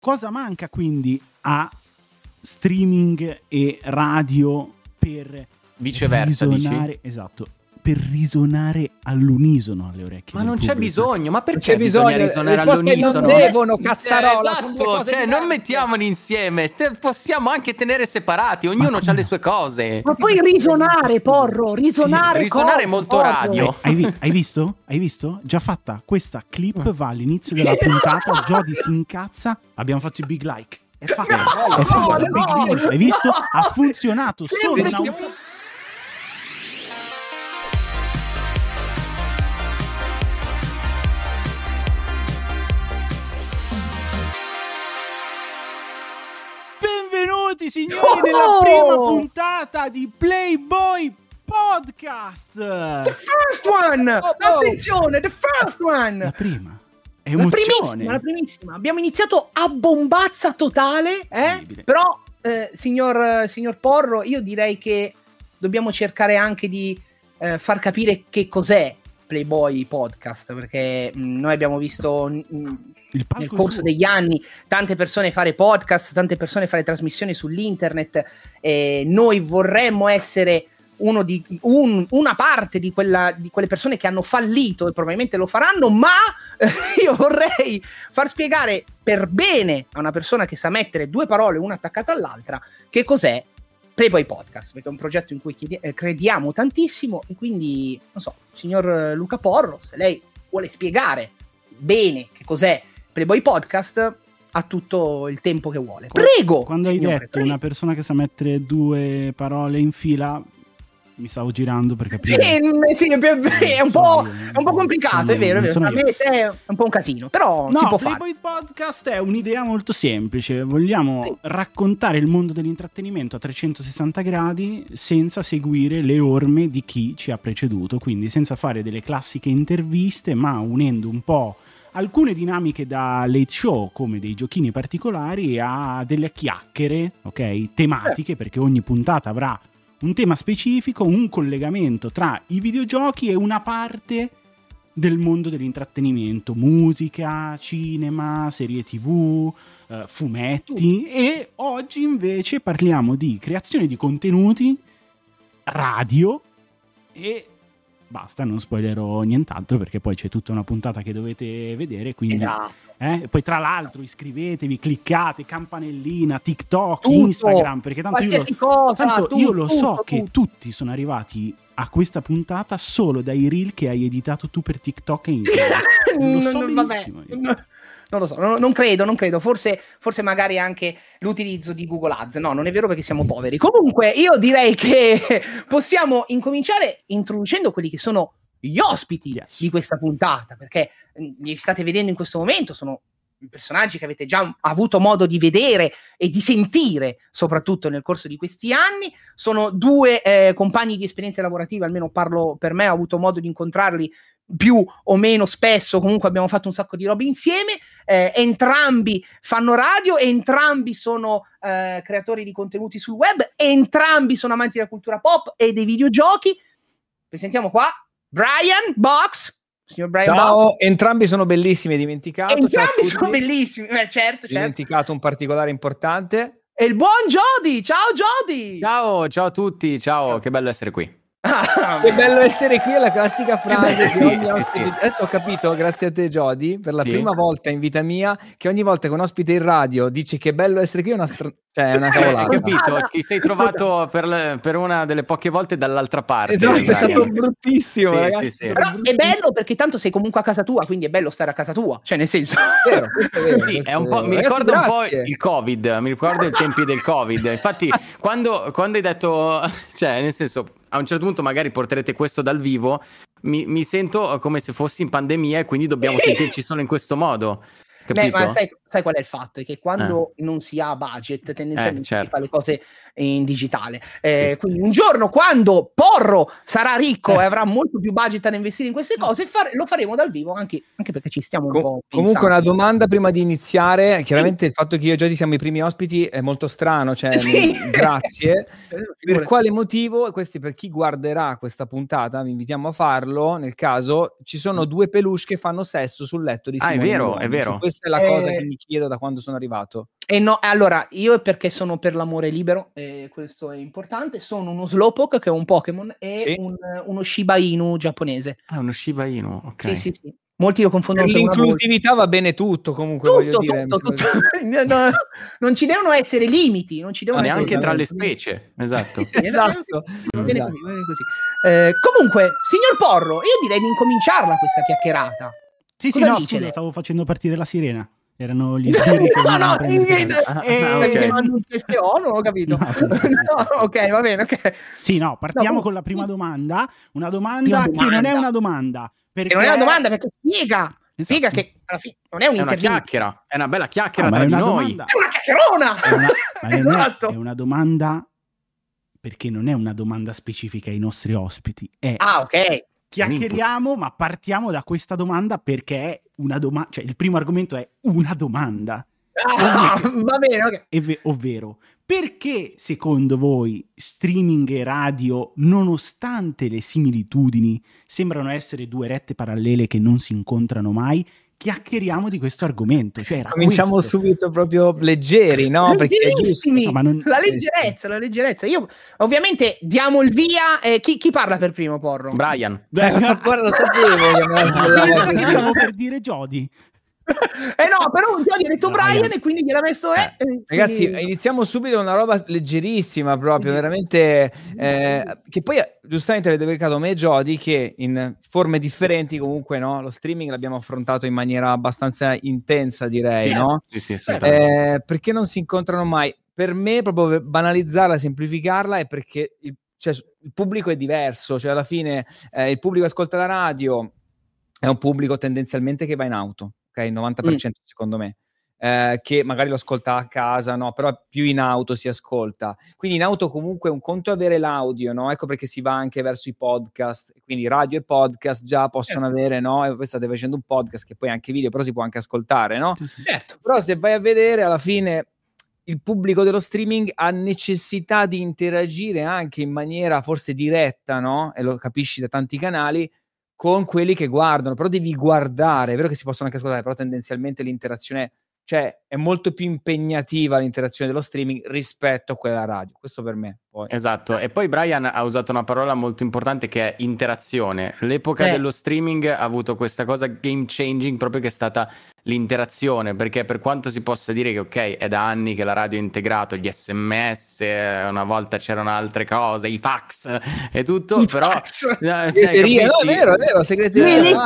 Cosa manca quindi a streaming e radio per viceversa, risonare, esatto, per risonare all'unisono alle orecchie? Ma non pubblico? c'è bisogno, ma perché C'è bisogno, risonare all'unisono? non devono, cazzarola, esatto, cioè non mettiamoli insieme, possiamo anche tenere separati, ognuno ha le sue cose. Ma poi risonare, Porro, risonare è molto Porro. radio. Hai visto? Hai visto? Già fatta questa clip, va all'inizio della puntata, Jody si incazza, abbiamo fatto i big like. È fatta, big deal. Hai visto? Ha funzionato solo una... Benvenuti signori nella prima puntata di Playboy Podcast. The first one! Attenzione, the first one! La prima. Emozione. La primissima. Abbiamo iniziato a bombazza totale, però signor Porro, io direi che dobbiamo cercare anche di far capire che cos'è Playboy Podcast, perché noi abbiamo visto nel corso degli anni tante persone fare podcast, tante persone fare trasmissioni sull'internet, e noi vorremmo essere una parte di quelle persone che hanno fallito e probabilmente lo faranno, ma io vorrei far spiegare per bene a una persona che sa mettere due parole una attaccata all'altra che cos'è Playboy Podcast, perché è un progetto in cui crediamo tantissimo, e quindi non so, signor Luca Porro, se lei vuole spiegare bene che cos'è Playboy Podcast, ha tutto il tempo che vuole. Prego! Quando hai detto una persona che sa mettere due parole in fila, mi stavo girando per capire. Sì, è un po' complicato, è vero. A me è un po' un casino, però si può fare. Playboy Podcast è un'idea molto semplice. Vogliamo raccontare il mondo dell'intrattenimento a 360 gradi senza seguire le orme di chi ci ha preceduto, quindi senza fare delle classiche interviste, ma unendo un po' alcune dinamiche da late show, come dei giochini particolari, a delle chiacchiere, ok, tematiche, perché ogni puntata avrà un tema specifico, un collegamento tra i videogiochi e una parte del mondo dell'intrattenimento, musica, cinema, serie TV, fumetti, e oggi invece parliamo di creazione di contenuti, radio e basta, non spoilerò nient'altro perché poi c'è tutta una puntata che dovete vedere, quindi esatto. Poi tra l'altro iscrivetevi, cliccate, campanellina, TikTok, tutto, Instagram, perché tanto io lo so che tutti sono arrivati a questa puntata solo dai reel che hai editato tu per TikTok e Instagram. Lo so benissimo. Non lo so, non credo, forse magari anche l'utilizzo di Google Ads. No, non è vero, perché siamo poveri. Comunque io direi che possiamo incominciare introducendo quelli che sono gli ospiti di questa puntata, perché li state vedendo in questo momento, sono personaggi che avete già avuto modo di vedere e di sentire, soprattutto nel corso di questi anni. Sono due compagni di esperienze lavorative, almeno parlo per me, ho avuto modo di incontrarli più o meno spesso, comunque abbiamo fatto un sacco di robe insieme, entrambi fanno radio, entrambi sono creatori di contenuti sul web, entrambi sono amanti della cultura pop e dei videogiochi. Presentiamo qua Brian Box. Signor Brian ciao, Box. Entrambi sono bellissimi, dimenticato. Entrambi sono bellissimi, certo. Dimenticato un particolare importante. E il buon Jody, ciao Jody. Ciao a tutti, ciao, che bello essere qui. Che bello essere qui, è la classica frase sì. Adesso ho capito, grazie a te Jody, per la prima volta in vita mia, che ogni volta che un ospite in radio dice che bello essere qui è una cavolata. Hai capito? Ti sei trovato per una delle poche volte dall'altra parte. Esatto, è stato bruttissimo, ragazzi. Sì. Però è bello perché tanto sei comunque a casa tua, quindi è bello stare a casa tua, cioè nel senso. Vero, è un po', mi ricordo un po' il Covid, mi ricordo i tempi del Covid. Infatti quando hai detto, cioè nel senso, a un certo punto magari porterete questo dal vivo, mi sento come se fossi in pandemia e quindi dobbiamo sentirci solo in questo modo. Capito? Ma sai qual è il fatto? È che quando non si ha budget, tendenzialmente si fa le cose in digitale. Quindi un giorno, quando Porro sarà ricco e avrà molto più budget da investire in queste cose, lo faremo dal vivo, anche perché ci stiamo un po' pensando. Comunque una domanda prima di iniziare. Chiaramente il fatto che io e Jody siamo i primi ospiti è molto strano, cioè grazie. Per quale motivo? Questi, per chi guarderà questa puntata, vi invitiamo a farlo, nel caso ci sono due peluche che fanno sesso sul letto di Simone. È vero. Questa è la cosa che mi chiedo da quando sono arrivato. No, allora, io perché sono per l'amore libero, questo è importante, sono uno Slowpoke che è un Pokémon e uno Shiba Inu giapponese. Uno Shiba Inu, ok. Sì. Molti lo confondono per l'inclusività va bene tutto, comunque voglio dire. Tutto. No, non ci devono essere limiti, non ci devono essere neanche tra le specie, esatto. Esatto. Va bene così. Comunque, signor Porro, io direi di incominciarla questa chiacchierata. Sì, scusa, stavo facendo partire la sirena. Erano gli sbirri che stai chiamando un TSO, non ho capito. No, sì. Ok, va bene, ok. Sì, no, partiamo con la prima domanda. Una domanda che non è una domanda. Perché non è una domanda, perché spiega che alla fine non è un'intervista. È una chiacchiera, è una bella chiacchiera tra di noi. Domanda. È una chiacchierona! Esatto. È una domanda perché non è una domanda specifica ai nostri ospiti. Ok. Chiacchieriamo, ma partiamo da questa domanda perché è una domanda, cioè il primo argomento è una domanda. Va bene, ok. Ovvero, perché secondo voi streaming e radio, nonostante le similitudini, sembrano essere due rette parallele che non si incontrano mai? Chiacchieriamo di questo argomento. Cioè cominciamo subito proprio leggeri, no? Perché è giusto. La leggerezza. Io ovviamente diamo il via. Chi parla per primo, Porro? Brian. Lo sapevo. Stavo per dire Jody. No, però Jody ha detto Brian e quindi gliel'ha messo ragazzi, iniziamo subito una roba leggerissima proprio, veramente che poi giustamente avete beccato me e Jody che in forme differenti comunque, no? Lo streaming l'abbiamo affrontato in maniera abbastanza intensa, direi, no? Sì, perché non si incontrano mai? Per me proprio banalizzarla, semplificarla è perché il pubblico è diverso, cioè alla fine il pubblico che ascolta la radio è un pubblico tendenzialmente che va in auto, ok? Il 90% secondo me, che magari lo ascolta a casa, no? Però più in auto si ascolta. Quindi in auto comunque un conto è avere l'audio, no? Ecco perché si va anche verso i podcast, quindi radio e podcast già possono avere, no? E voi state facendo un podcast che poi è anche video, però si può anche ascoltare, no? Certo. Però se vai a vedere alla fine il pubblico dello streaming ha necessità di interagire anche in maniera forse diretta, no? E lo capisci da tanti canali, con quelli che guardano, però devi guardare, è vero che si possono anche ascoltare, però tendenzialmente l'interazione, cioè è molto più impegnativa l'interazione dello streaming rispetto a quella radio, questo per me. Poi. Esatto, e poi Brian ha usato una parola molto importante che è interazione. L'epoca dello streaming ha avuto questa cosa game changing proprio che è stata l'interazione, perché per quanto si possa dire che ok, è da anni che la radio è integrato, gli SMS, una volta c'erano altre cose, i fax e tutto, però segreteria, no, è vero, segreteria,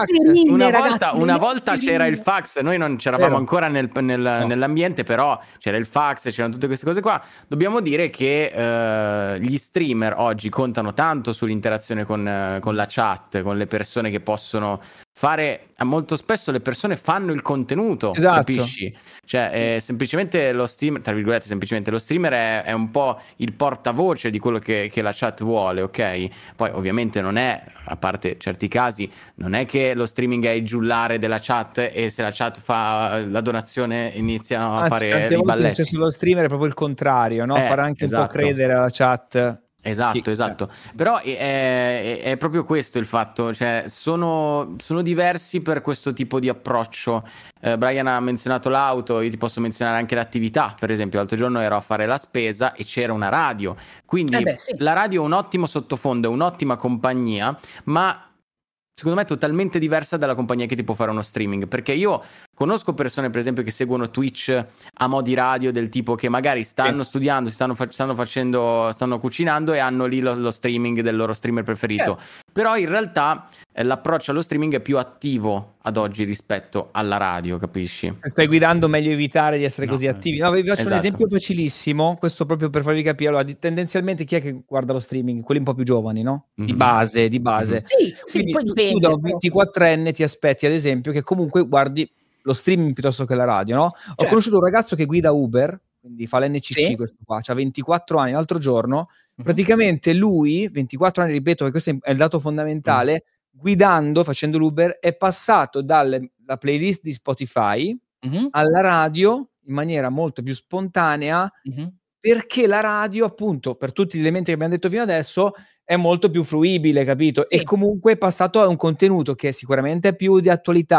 una volta c'era il fax, noi non c'eravamo ancora nell'ambiente, però c'era il fax, c'erano tutte queste cose qua. Dobbiamo dire che gli streamer oggi contano tanto sull'interazione con la chat, con le persone che possono fare, molto spesso le persone fanno il contenuto, capisci? Cioè semplicemente lo streamer, tra virgolette semplicemente lo streamer è un po' il portavoce di quello che la chat vuole, ok? Poi ovviamente non è, a parte certi casi, non è che lo streaming è il giullare della chat e se la chat fa la donazione iniziano a fare i balletti. Cioè, sullo streamer è proprio il contrario, no? Far anche un po' credere alla chat. Esatto. Però è proprio questo il fatto, cioè sono diversi per questo tipo di approccio. Brian ha menzionato l'auto, io ti posso menzionare anche l'attività. Per esempio l'altro giorno ero a fare la spesa e c'era una radio, quindi la radio è un ottimo sottofondo, è un'ottima compagnia, ma secondo me è totalmente diversa dalla compagnia che ti può fare uno streaming, perché io conosco persone per esempio che seguono Twitch a mo' di radio, del tipo che magari stanno studiando, stanno cucinando e hanno lì lo streaming del loro streamer preferito, però in realtà l'approccio allo streaming è più attivo ad oggi rispetto alla radio, capisci? Se stai guidando meglio evitare di essere così attivi. No, vi faccio un esempio facilissimo, questo proprio per farvi capire. Allora, tendenzialmente chi è che guarda lo streaming? Quelli un po' più giovani, no? Di base. Sì, poi tu da un 24enne ti aspetti ad esempio che comunque guardi lo streaming piuttosto che la radio, no? Ho conosciuto un ragazzo che guida Uber, quindi fa l'NCC, questo qua, c'ha 24 anni, l'altro giorno, praticamente lui, 24 anni, ripeto, perché questo è il dato fondamentale, guidando, facendo l'Uber, è passato dalla playlist di Spotify alla radio in maniera molto più spontanea, perché la radio, appunto, per tutti gli elementi che abbiamo detto fino adesso, è molto più fruibile, capito? E comunque è passato a un contenuto che sicuramente è più di attualità,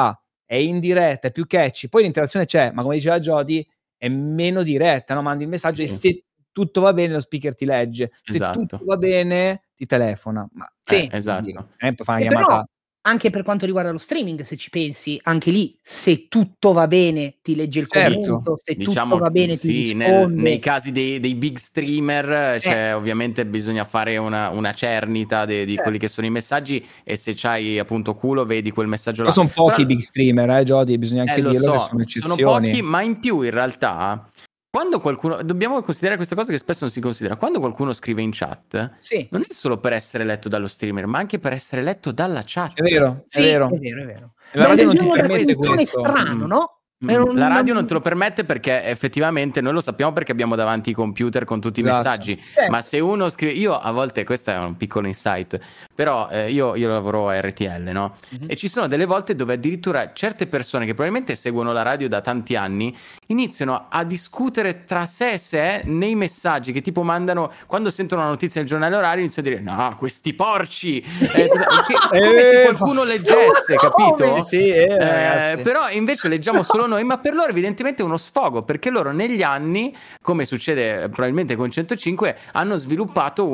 è indiretta, è più catchy, poi l'interazione c'è, ma come diceva Jody è meno diretta, no? Mandi il messaggio e se tutto va bene lo speaker ti legge, se tutto va bene ti telefona, ma esatto. Poi fa una chiamata. Però, anche per quanto riguarda lo streaming, se ci pensi, anche lì, se tutto va bene ti legge il commento, se tutto va bene ti risponde. Nei casi dei big streamer ovviamente bisogna fare una cernita di quelli che sono i messaggi, e se c'hai appunto culo vedi quel messaggio là. Sono pochi i big streamer, Jody, bisogna anche dirlo che sono eccezioni. Sono pochi, ma in più in realtà quando qualcuno, dobbiamo considerare questa cosa che spesso non si considera, quando qualcuno scrive in chat non è solo per essere letto dallo streamer, ma anche per essere letto dalla chat. È vero, è vero. La radio non ti permette questo. È strano, no? La radio non te lo permette perché effettivamente noi lo sappiamo perché abbiamo davanti i computer con tutti i messaggi, ma se uno scrive, io a volte, questo è un piccolo insight, però io lavoro a RTL, no? E ci sono delle volte dove addirittura certe persone che probabilmente seguono la radio da tanti anni iniziano a discutere tra sé e sé nei messaggi che tipo mandano quando sentono una notizia nel giornale orario, iniziano a dire no, questi porci, come se qualcuno leggesse, capito? Però invece leggiamo solo noi, ma per loro evidentemente è uno sfogo, perché loro negli anni, come succede probabilmente con 105, hanno sviluppato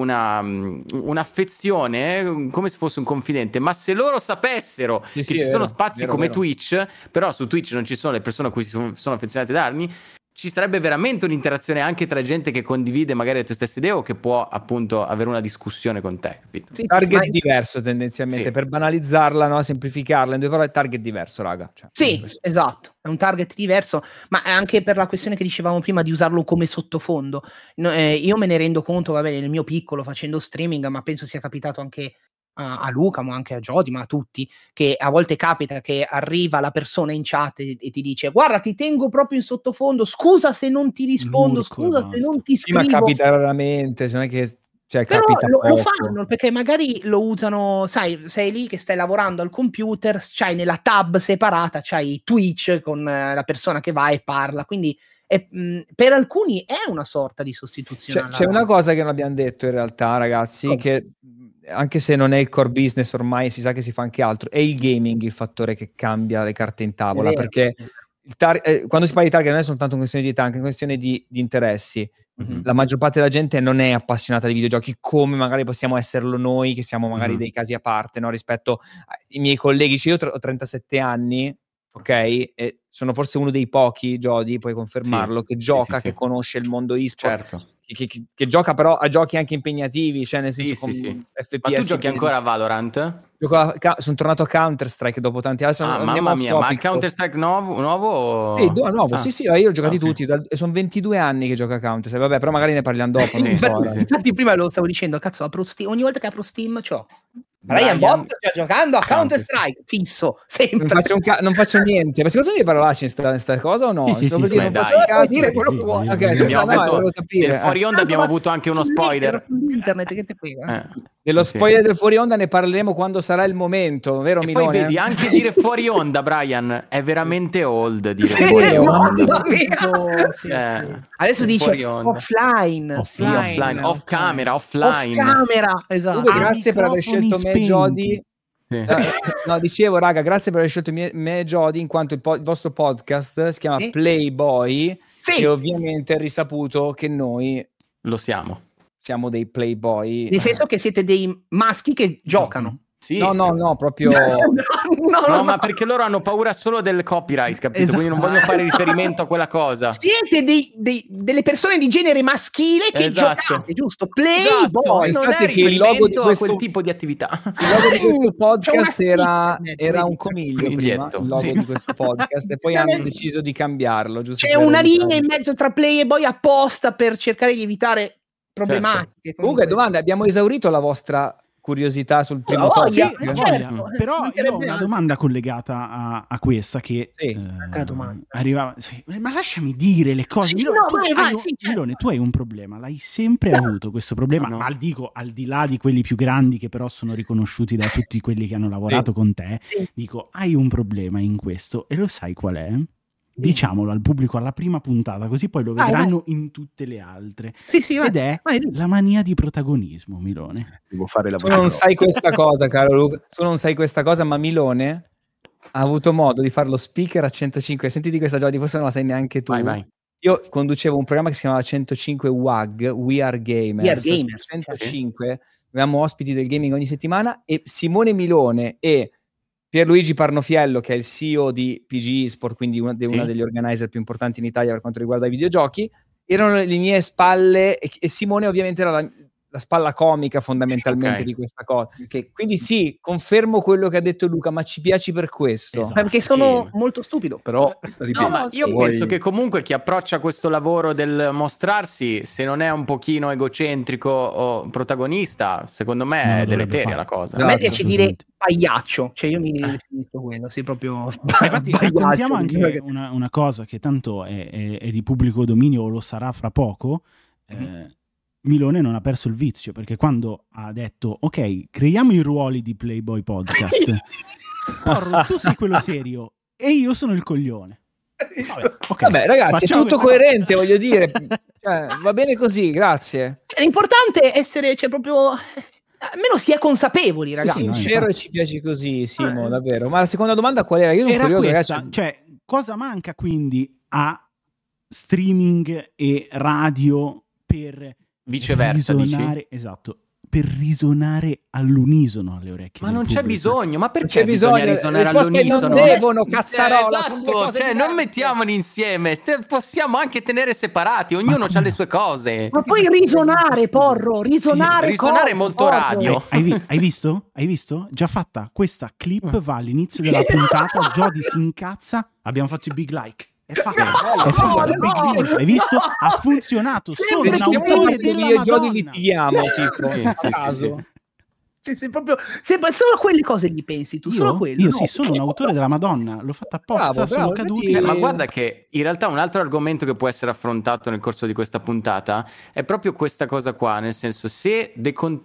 un'affezione come se fosse un confidente, ma se loro sapessero che ci sono spazi come Twitch, però su Twitch non ci sono le persone a cui si sono affezionate da anni, ci sarebbe veramente un'interazione anche tra gente che condivide magari le tue stesse idee o che può appunto avere una discussione con te, capito? Target diverso tendenzialmente, per banalizzarla, no? Semplificarla in due parole, target diverso, raga. Esatto, è un target diverso, ma anche per la questione che dicevamo prima di usarlo come sottofondo. Io me ne rendo conto, va bene, nel mio piccolo facendo streaming, ma penso sia capitato anche a Luca, ma anche a Jody, ma a tutti, che a volte capita che arriva la persona in chat e ti dice guarda ti tengo proprio in sottofondo, scusa se non ti rispondo, scusa se non ti scrivo. Sì, ma capita raramente, se non è che però lo fanno perché magari lo usano, sai, sei lì che stai lavorando al computer, c'hai nella tab separata, c'hai Twitch con la persona che va e parla, quindi per alcuni è una sorta di sostituzione. C'è una cosa che non abbiamo detto in realtà, ragazzi, che anche se non è il core business ormai si sa che si fa anche altro, è il gaming il fattore che cambia le carte in tavola, perché quando si parla di target non è soltanto una questione di età, anche una questione di interessi. La maggior parte della gente non è appassionata di videogiochi come magari possiamo esserlo noi, che siamo magari dei casi a parte, no? Rispetto ai miei colleghi. Io ho 37 anni, ok? E sono forse uno dei pochi, Jody, puoi confermarlo, che gioca, che conosce il mondo e-sport, che gioca però a giochi anche impegnativi, cioè nel senso FPS. Ma tu giochi ancora a Valorant? Sono tornato a Counter-Strike dopo tanti anni. Mamma mia, ma il Counter-Strike nuovo? Nuovo, sì, io ho giocati tutti, sono 22 anni che gioco a Counter-Strike, vabbè, però magari ne parliamo dopo. Infatti prima lo stavo dicendo, cazzo, apro Steam, ogni volta che apro Steam c'ho Brian Bot sta giocando a Counter-Strike fisso, sempre. Non faccio niente, ma secondo te parolacce in sta cosa o no? Non faccio dire quello che vuoi. Nel fuori onda abbiamo avuto anche uno spoiler internet, che te frega. Dello spoiler del fuori onda ne parleremo quando sarà il momento, vero Milone? Poi vedi, anche dire fuori onda, Brian, è veramente old dire fuori onda. Adesso dice offline, off camera, esatto. Grazie per aver scelto me, Jody. No, dicevo, raga, grazie per aver scelto me e Jody, in quanto il vostro podcast si chiama Playboy, e ovviamente è risaputo che noi lo siamo dei playboy. Nel senso che siete dei maschi che giocano. Sì. No, proprio no, ma perché loro hanno paura solo del copyright, capito? Quindi non vogliono fare riferimento a quella cosa. Siete delle persone di genere maschile che giocate, giusto? Playboy. Non è riferimento a quel tipo di attività. Il logo di questo podcast era un coniglio prima, il logo di questo podcast, e poi hanno deciso di cambiarlo, giusto? C'è una linea in mezzo tra Play e Boy apposta per cercare di evitare problematiche. Comunque, domanda, abbiamo esaurito la vostra curiosità sul primo topic? Però io ho una domanda collegata a questa che arrivava. Ma lasciami dire le cose. Milone, tu hai un problema, l'hai sempre avuto questo problema, ma al di là di quelli più grandi che però sono riconosciuti da tutti quelli che hanno lavorato con te, dico, hai un problema in questo e lo sai qual è? Diciamolo al pubblico alla prima puntata, così poi lo vedranno in tutte le altre. Ed è la mania di protagonismo, Milone. Devo fare tu non sai questa cosa, caro Luca. Tu non sai questa cosa, ma Milone ha avuto modo di fare lo speaker a 105. Sentiti questa Jody, forse non la sai neanche tu. Vai. Io conducevo un programma che si chiamava 105 WAG, We Are Gamers. 105 avevamo ospiti del gaming ogni settimana, e Simone Milone e Pierluigi Parnofiello, che è il CEO di PG Esport, quindi una degli organizer più importanti in Italia per quanto riguarda i videogiochi, erano le mie spalle, e Simone ovviamente era la spalla comica fondamentalmente di questa cosa. Quindi sì, confermo quello che ha detto Luca, ma ci piaci per questo. Esatto. Perché sono molto stupido. Però ripeto, ma io penso che comunque chi approccia questo lavoro del mostrarsi, se non è un pochino egocentrico o protagonista, secondo me è deleteria la cosa. A me piace dire pagliaccio, cioè io mi definisco quello, sei proprio infatti raccontiamo anche una cosa che tanto è di pubblico dominio, o lo sarà fra poco. Milone non ha perso il vizio, perché quando ha detto ok, creiamo i ruoli di Playboy Podcast, Porro, tu sei quello serio e io sono il coglione. Vabbè ragazzi, è tutto coerente, voglio dire, va bene così, grazie. L'importante è essere, proprio, almeno si è consapevoli, ragazzi. Sincero, e ci piace così, Simo, davvero. Ma la seconda domanda qual era? Io sono curioso, questa, ragazzi. Cioè, cosa manca quindi a streaming e radio per viceversa, risonare, esatto, per risonare all'unisono alle orecchie. Ma non c'è bisogno, ma perché c'è bisogno risonare all'unisono? Non devono, cazzarola. Esatto, cioè non mettiamoli insieme, possiamo anche tenere separati, ognuno ha le sue cose. Ma poi risonare, Porro, risonare è molto radio. Hai visto? Hai visto? Già fatta questa clip, va all'inizio della puntata, Jody si incazza, abbiamo fatto i big like. È fatto. Hai visto? Ha funzionato. Sono un autore della Madonna. Jody litighiamo, tipo. Sì, proprio solo quelle cose gli pensi tu, solo quello. Io sono un autore della Madonna, l'ho fatta apposta, sono caduti. Ma guarda che in realtà un altro argomento che può essere affrontato nel corso di questa puntata è proprio questa cosa qua, nel senso, se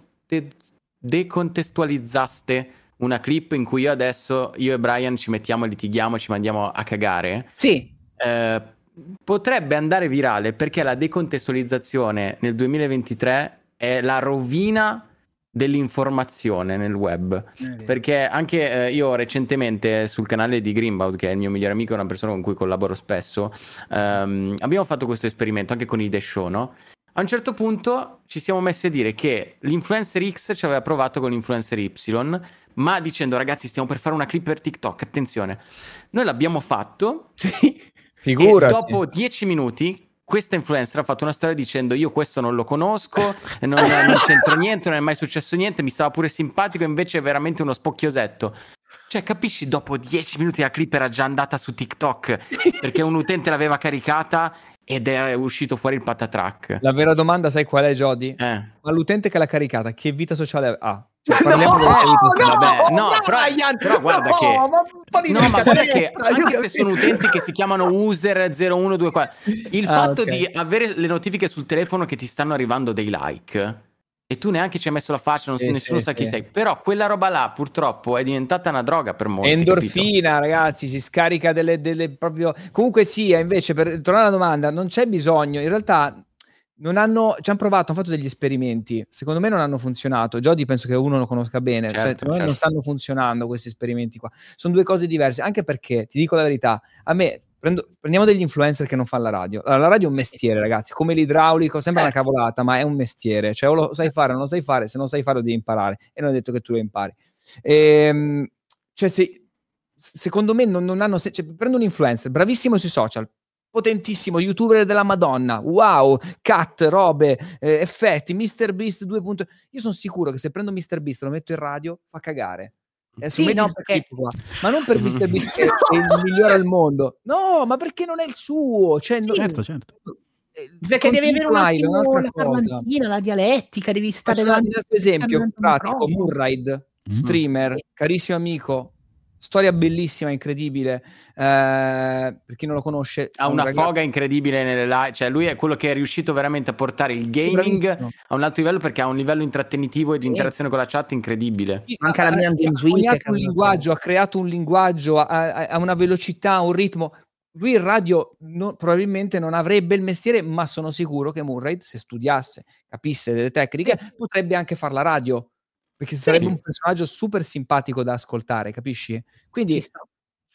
decontestualizzaste una clip in cui io e Brian ci mettiamo e litighiamo, ci mandiamo a cagare. Sì. Potrebbe andare virale, perché la decontestualizzazione nel 2023 è la rovina dell'informazione nel web, perché anche io recentemente sul canale di Greenbaud, che è il mio migliore amico, è una persona con cui collaboro spesso, abbiamo fatto questo esperimento anche con i The Show, no? A un certo punto ci siamo messi a dire che l'influencer X ci aveva provato con l'influencer Y, ma dicendo ragazzi stiamo per fare una clip per TikTok, attenzione. Noi l'abbiamo fatto, figurati. E dopo 10 minuti questa influencer ha fatto una storia dicendo io questo non lo conosco, non c'entro niente, non è mai successo niente, mi stava pure simpatico, invece è veramente uno spocchiosetto. Cioè, capisci, dopo 10 minuti la clip era già andata su TikTok perché un utente l'aveva caricata ed è uscito fuori il patatrack. La vera domanda sai qual è, Jody? Ma l'utente che l'ha caricata, che vita sociale ha? Cioè, parliamo della sua vita sociale. Però guarda che anche se sono utenti che si chiamano user 0124, il fatto di avere le notifiche sul telefono che ti stanno arrivando dei like e tu neanche ci hai messo la faccia, nessuno sa chi sei, però quella roba là purtroppo è diventata una droga per molti. Endorfina, capito? ragazzi, si scarica delle proprio. Comunque sia, invece, per tornare alla domanda, non c'è bisogno, in realtà ci hanno provato, hanno fatto degli esperimenti, secondo me non hanno funzionato. Jody penso che uno lo conosca bene, certo. Non stanno funzionando questi esperimenti qua, sono due cose diverse, anche perché ti dico la verità, a me prendiamo degli influencer che non fanno la radio. Allora, la radio è un mestiere, ragazzi, come l'idraulico, sembra una cavolata, ma è un mestiere, cioè o lo sai fare o non lo sai fare, se non sai fare lo devi imparare, e non è detto che tu lo impari. Cioè, secondo me non hanno prendo un influencer bravissimo sui social, potentissimo, youtuber della Madonna, wow, cut, robe, effetti, MrBeast 2. Io sono sicuro che se prendo MrBeast e lo metto in radio fa cagare. Sì, no, perché... ma non per MrBeast che è il migliore al mondo, no, ma perché non è il suo, cioè, sì, certo. Perché devi avere un attimo la parlantina, la dialettica, devi stare davanti. Per esempio pratico, Murride, streamer, carissimo amico, storia bellissima, incredibile, per chi non lo conosce, ha una foga incredibile nelle live, cioè lui è quello che è riuscito veramente a portare il gaming a un altro livello, perché ha un livello intrattenitivo e di interazione con la chat incredibile. Anche la mia ha creato un linguaggio, ha una velocità, un ritmo. Lui in radio probabilmente non avrebbe il mestiere, ma sono sicuro che Murray, se studiasse, capisse delle tecniche, potrebbe anche fare la radio, perché sarebbe un personaggio super simpatico da ascoltare, capisci? Quindi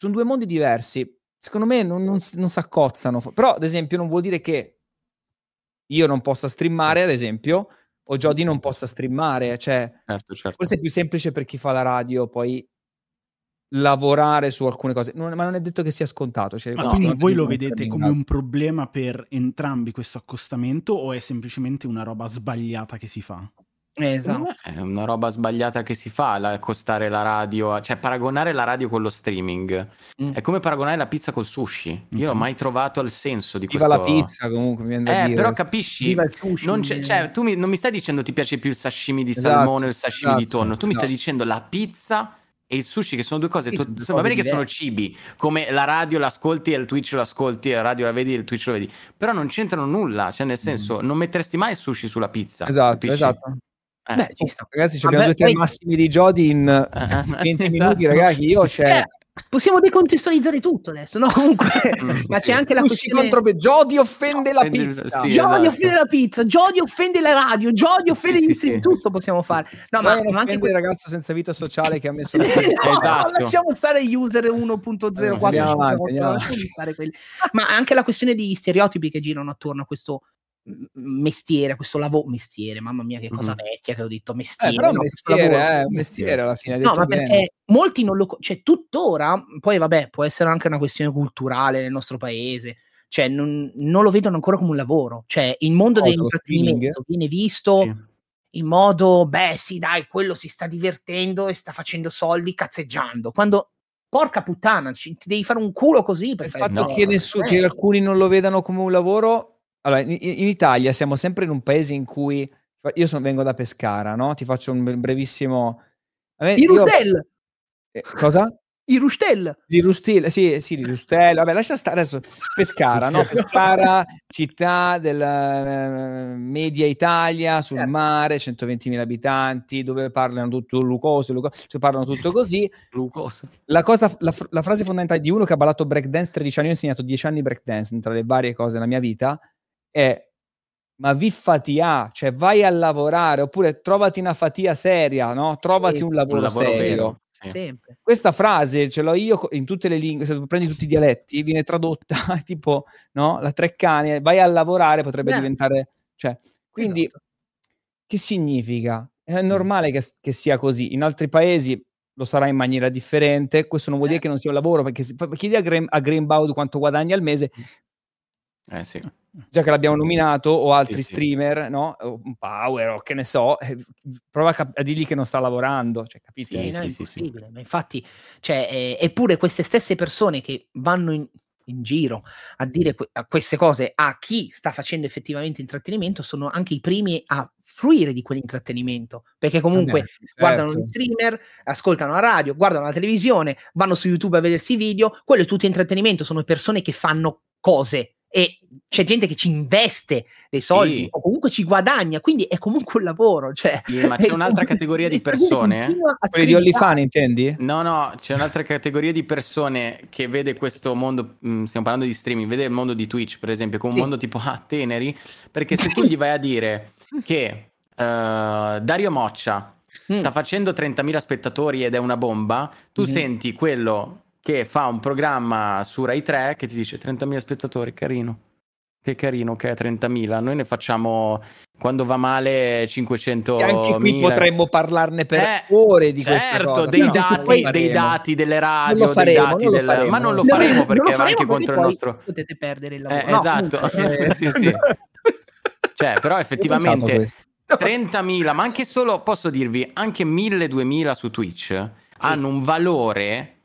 sono due mondi diversi. Secondo me non si accozzano. Però, ad esempio, non vuol dire che io non possa streamare, ad esempio, o Jody non possa streamare. Cioè, certo. forse è più semplice per chi fa la radio poi lavorare su alcune cose, ma non è detto che sia scontato. Cioè, ma quindi voi lo vedete come un problema per entrambi questo accostamento, o è semplicemente una roba sbagliata che si fa? Esatto. È una roba sbagliata che si fa, accostare la radio, cioè paragonare la radio con lo streaming. È come paragonare la pizza col sushi. Io non ho mai trovato il senso di Viva questo. la pizza, comunque, mi viene da dire. Però capisci, Viva il sushi, cioè, tu non mi stai dicendo ti piace più il sashimi di salmone o il sashimi di tonno, tu mi stai dicendo la pizza e il sushi, che sono due cose, va bene che sono cibi, come la radio l'ascolti e il Twitch lo ascolti, la radio la vedi e il Twitch lo vedi, però non c'entrano nulla, cioè nel senso non metteresti mai il sushi sulla pizza. Esatto. Beh, ci sta. Ragazzi, abbiamo 2 o 3 massimi di Jody in 20 minuti, ragazzi. Possiamo decontestualizzare tutto adesso, no? Comunque, ma c'è anche la questione contro Jody offende la pizza. Jody offende la pizza, Jody offende la radio, Jody offende gli insegnanti, tutto possiamo fare. No, ma anche il ragazzo senza vita sociale che ha messo esatto. Lasciamo stare user 1.04. Ma anche la questione di stereotipi che girano attorno a questo mestiere, questo mestiere, mamma mia che cosa vecchia che ho detto, mestiere, però mestiere alla fine, no, ma perché molti non lo, cioè tuttora, poi vabbè, può essere anche una questione culturale nel nostro paese, cioè non lo vedono ancora come un lavoro, cioè il mondo dell'intrattenimento viene visto in modo, beh sì dai, quello si sta divertendo e sta facendo soldi cazzeggiando, quando porca puttana, ti devi fare un culo così per fare il fatto che alcuni non lo vedano come un lavoro. Allora, in Italia siamo sempre in un paese in cui io vengo da Pescara, no? Ti faccio un brevissimo. I Rustel! Cosa? I Rustel! Di Rustel, sì, di Rustel. Vabbè, lascia stare adesso. Pescara, no? Pescara, città della media Italia, sul mare, 120.000 abitanti, dove parlano tutto lucoso, parlano tutto così. La frase fondamentale di uno che ha ballato breakdance 13 anni, ho insegnato 10 anni breakdance, tra le varie cose della mia vita, ma viffatia, cioè vai a lavorare, oppure trovati una fatia seria, no? Trovati un lavoro serio. Vero. Sempre. Questa frase ce l'ho io in tutte le lingue, se tu prendi tutti i dialetti, viene tradotta tipo, no? La Treccani, vai a lavorare, potrebbe diventare, cioè, quindi che significa? È normale che sia così. In altri paesi lo sarà in maniera differente, questo non vuol dire che non sia un lavoro, perché chiedi a Greenbaud quanto guadagna al mese. Sì. Già che l'abbiamo nominato, o altri streamer, no? O un Power, o che ne so, prova a dirgli che non sta lavorando, cioè, capite? Sì, no, è impossibile. Ma infatti, cioè, eppure queste stesse persone che vanno in giro a dire queste cose a chi sta facendo effettivamente intrattenimento sono anche i primi a fruire di quell'intrattenimento, perché comunque guardano gli streamer, ascoltano la radio, guardano la televisione, vanno su YouTube a vedersi i video, quello è tutto intrattenimento, sono persone che fanno cose e c'è gente che ci investe dei soldi o comunque ci guadagna, quindi è comunque un lavoro, cioè, ma c'è un'altra categoria di persone, quelli di OnlyFans intendi? No, c'è un'altra categoria di persone che vede questo mondo, stiamo parlando di streaming, vede il mondo di Twitch per esempio come un mondo tipo teneri, perché se tu gli vai a dire che Dario Moccia sta facendo 30.000 spettatori ed è una bomba, tu senti quello che fa un programma su Rai 3 che ti dice 30.000 spettatori, carino, che carino che è 30.000, noi ne facciamo quando va male 500.000. E anche qui potremmo parlarne per ore di queste cose. Dei dati delle radio, ma non lo faremo perché va anche contro il nostro. Potete perdere il lavoro. Esatto. Sì. Cioè, però effettivamente 30.000, ma anche solo, posso dirvi, anche 1.000-2.000 su Twitch hanno un valore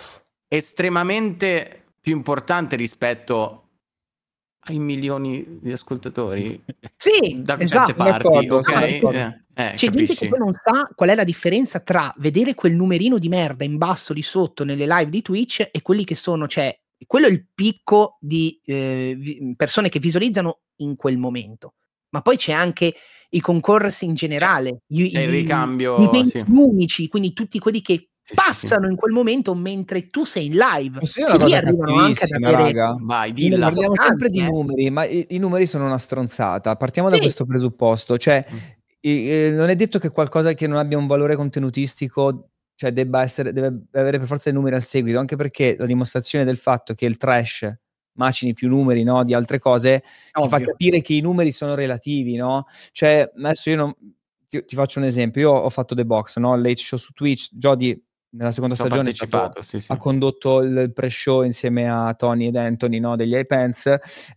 estremamente più importante rispetto ai milioni di ascoltatori da certe parti, ok? C'è gente che poi non sa qual è la differenza tra vedere quel numerino di merda in basso lì sotto nelle live di Twitch e quelli che sono, cioè quello è il picco di persone che visualizzano in quel momento, ma poi c'è anche i concorsi in generale, il ricambio, i eventi unici, quindi tutti quelli che passano in quel momento mentre tu sei in live, e lì arrivano anche ad avere, raga. Vai, dilla. Parliamo sempre di numeri, ma i numeri sono una stronzata. Partiamo da questo presupposto, cioè non è detto che qualcosa che non abbia un valore contenutistico cioè deve avere per forza dei numeri al seguito, anche perché la dimostrazione del fatto che il trash macini più numeri, no, di altre cose, ti fa capire che i numeri sono relativi, no? Cioè, adesso io non... Ti faccio un esempio, io ho fatto The Box, no? Late Show su Twitch, Jody nella seconda stagione ha condotto il pre-show insieme a Tony ed Anthony, no? Degli iPens.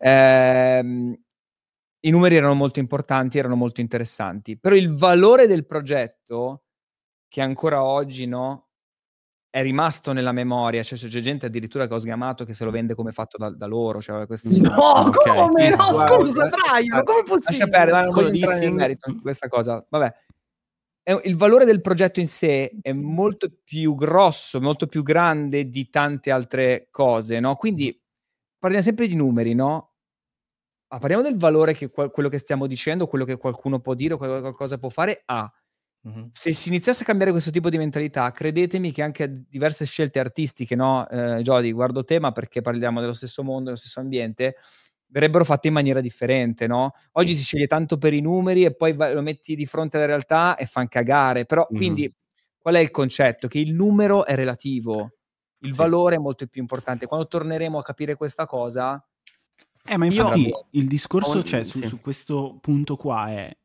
I numeri erano molto importanti, erano molto interessanti, però il valore del progetto, che ancora oggi, no, è rimasto nella memoria, cioè c'è gente addirittura che ho sgamato che se lo vende come fatto da loro, cioè questi come? No, scusa, Brian, ma come possibile? Non voglio entrare nel merito di questa cosa, vabbè. Il valore del progetto in sé è molto più grosso, molto più grande di tante altre cose, no? Quindi parliamo sempre di numeri, no? Parliamo del valore che quello che stiamo dicendo, quello che qualcuno può dire o qualcosa può fare ha. Se si iniziasse a cambiare questo tipo di mentalità, credetemi che anche diverse scelte artistiche, no, Jody, guardo te, ma perché parliamo dello stesso mondo, dello stesso ambiente, verrebbero fatte in maniera differente, no? Oggi si sceglie tanto per i numeri e poi lo metti di fronte alla realtà e fan cagare, però quindi qual è il concetto? Che il numero è relativo, il valore è molto più importante. Quando torneremo a capire questa cosa... ma infatti il discorso su questo punto qua è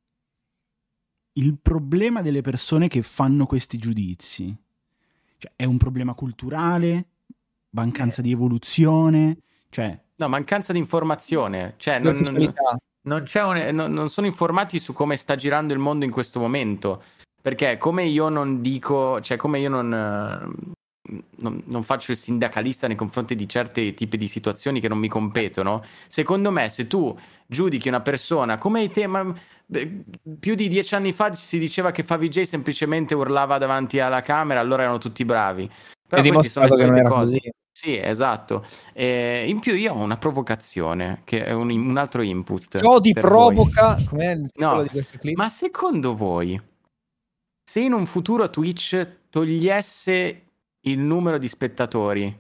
il problema delle persone che fanno questi giudizi. Cioè, è un problema culturale, mancanza di evoluzione, cioè... No, mancanza di informazione. Cioè, non sono informati su come sta girando il mondo in questo momento. Perché come io non dico, cioè come io non faccio il sindacalista nei confronti di certi tipi di situazioni che non mi competono, secondo me se tu giudichi una persona come te, più di 10 anni fa si diceva che Favij semplicemente urlava davanti alla camera, allora erano tutti bravi, però queste sono le solite cose. Così. Sì, esatto. In più io ho una provocazione che è un altro input. Jody provoca, com'è il titolo di questo clip? Ma secondo voi, se in un futuro Twitch togliesse il numero di spettatori,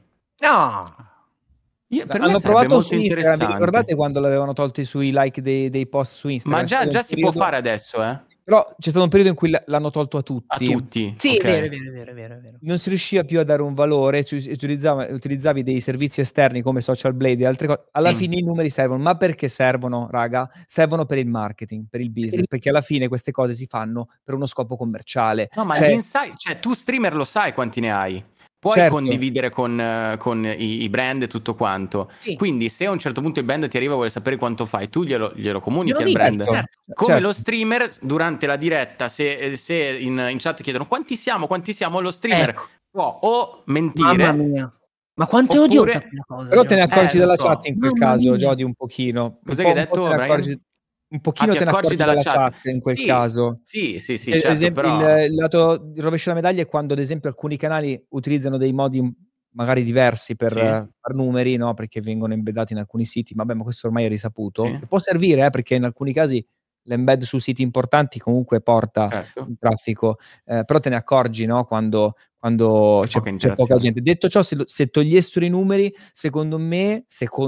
hanno provato su Instagram, vi ricordate quando l'avevano tolti sui like dei post su Instagram? Ma già si può fare adesso, Però c'è stato un periodo in cui l'hanno tolto a tutti. Sì, okay. È vero. Non si riusciva più a dare un valore, utilizzavi dei servizi esterni come Social Blade e altre cose. Alla fine i numeri servono, ma perché servono, raga? Servono per il marketing, per il business, perché alla fine queste cose si fanno per uno scopo commerciale. No, ma tu streamer lo sai quanti ne hai. Puoi condividere con i brand e tutto quanto. Quindi se a un certo punto il brand ti arriva e vuole sapere quanto fai, tu glielo comunichi al brand. Come lo streamer durante la diretta, se in chat chiedono quanti siamo, lo streamer può o mentire. Mamma mia. Ma quanto è odiosa quella cosa. Però te ne accorgi dalla chat in quel caso, Jody, un pochino. Cos'è che hai detto, Brian? Un pochino te ne accorgi dalla chat in quel caso. Sì, certo, ad esempio, però... il lato rovescio della medaglia è quando ad esempio alcuni canali utilizzano dei modi magari diversi per far numeri, no? Perché vengono embeddati in alcuni siti, vabbè, ma questo ormai è risaputo, che può servire, perché in alcuni casi l'embed su siti importanti comunque porta un traffico, però te ne accorgi, no? Quando c'è poca gente. Detto ciò, se togliessero i numeri, secondo me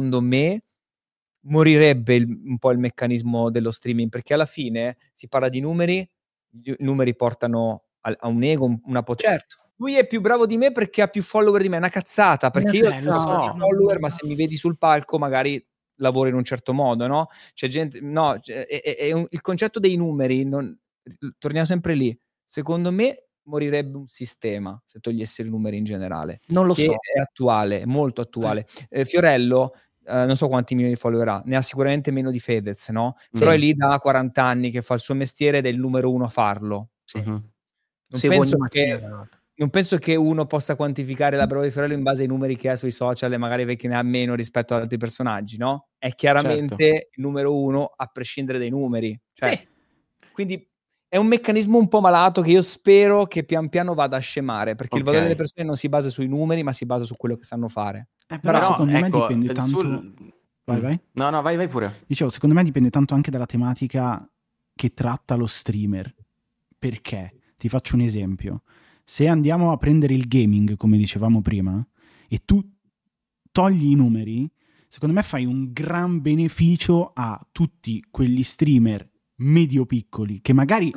morirebbe un po' il meccanismo dello streaming, perché alla fine si parla di numeri, i numeri portano a un ego, una potenza. Lui è più bravo di me perché ha più follower di me, è una cazzata, perché io sono follower, ma se mi vedi sul palco magari lavoro in un certo modo, no? C'è gente, il concetto dei numeri, torniamo sempre lì, secondo me morirebbe un sistema se togliessero i numeri in generale. Non lo so. È attuale, è molto attuale. Fiorello non so quanti milioni di follower ha, ne ha sicuramente meno di Fedez, no? Però è lì da 40 anni che fa il suo mestiere ed è il numero uno a farlo. Non penso che uno possa quantificare la brava di Fiorello in base ai numeri che ha sui social e magari perché ne ha meno rispetto ad altri personaggi, no? È chiaramente il numero uno a prescindere dai numeri. Quindi è un meccanismo un po' malato che io spero che pian piano vada a scemare, perché il valore delle persone non si basa sui numeri, ma si basa su quello che sanno fare. Però secondo me dipende tanto... Vai. No, vai pure. Dicevo, secondo me dipende tanto anche dalla tematica che tratta lo streamer. Perché? Ti faccio un esempio. Se andiamo a prendere il gaming, come dicevamo prima, e tu togli i numeri, secondo me fai un gran beneficio a tutti quegli streamer medio-piccoli che magari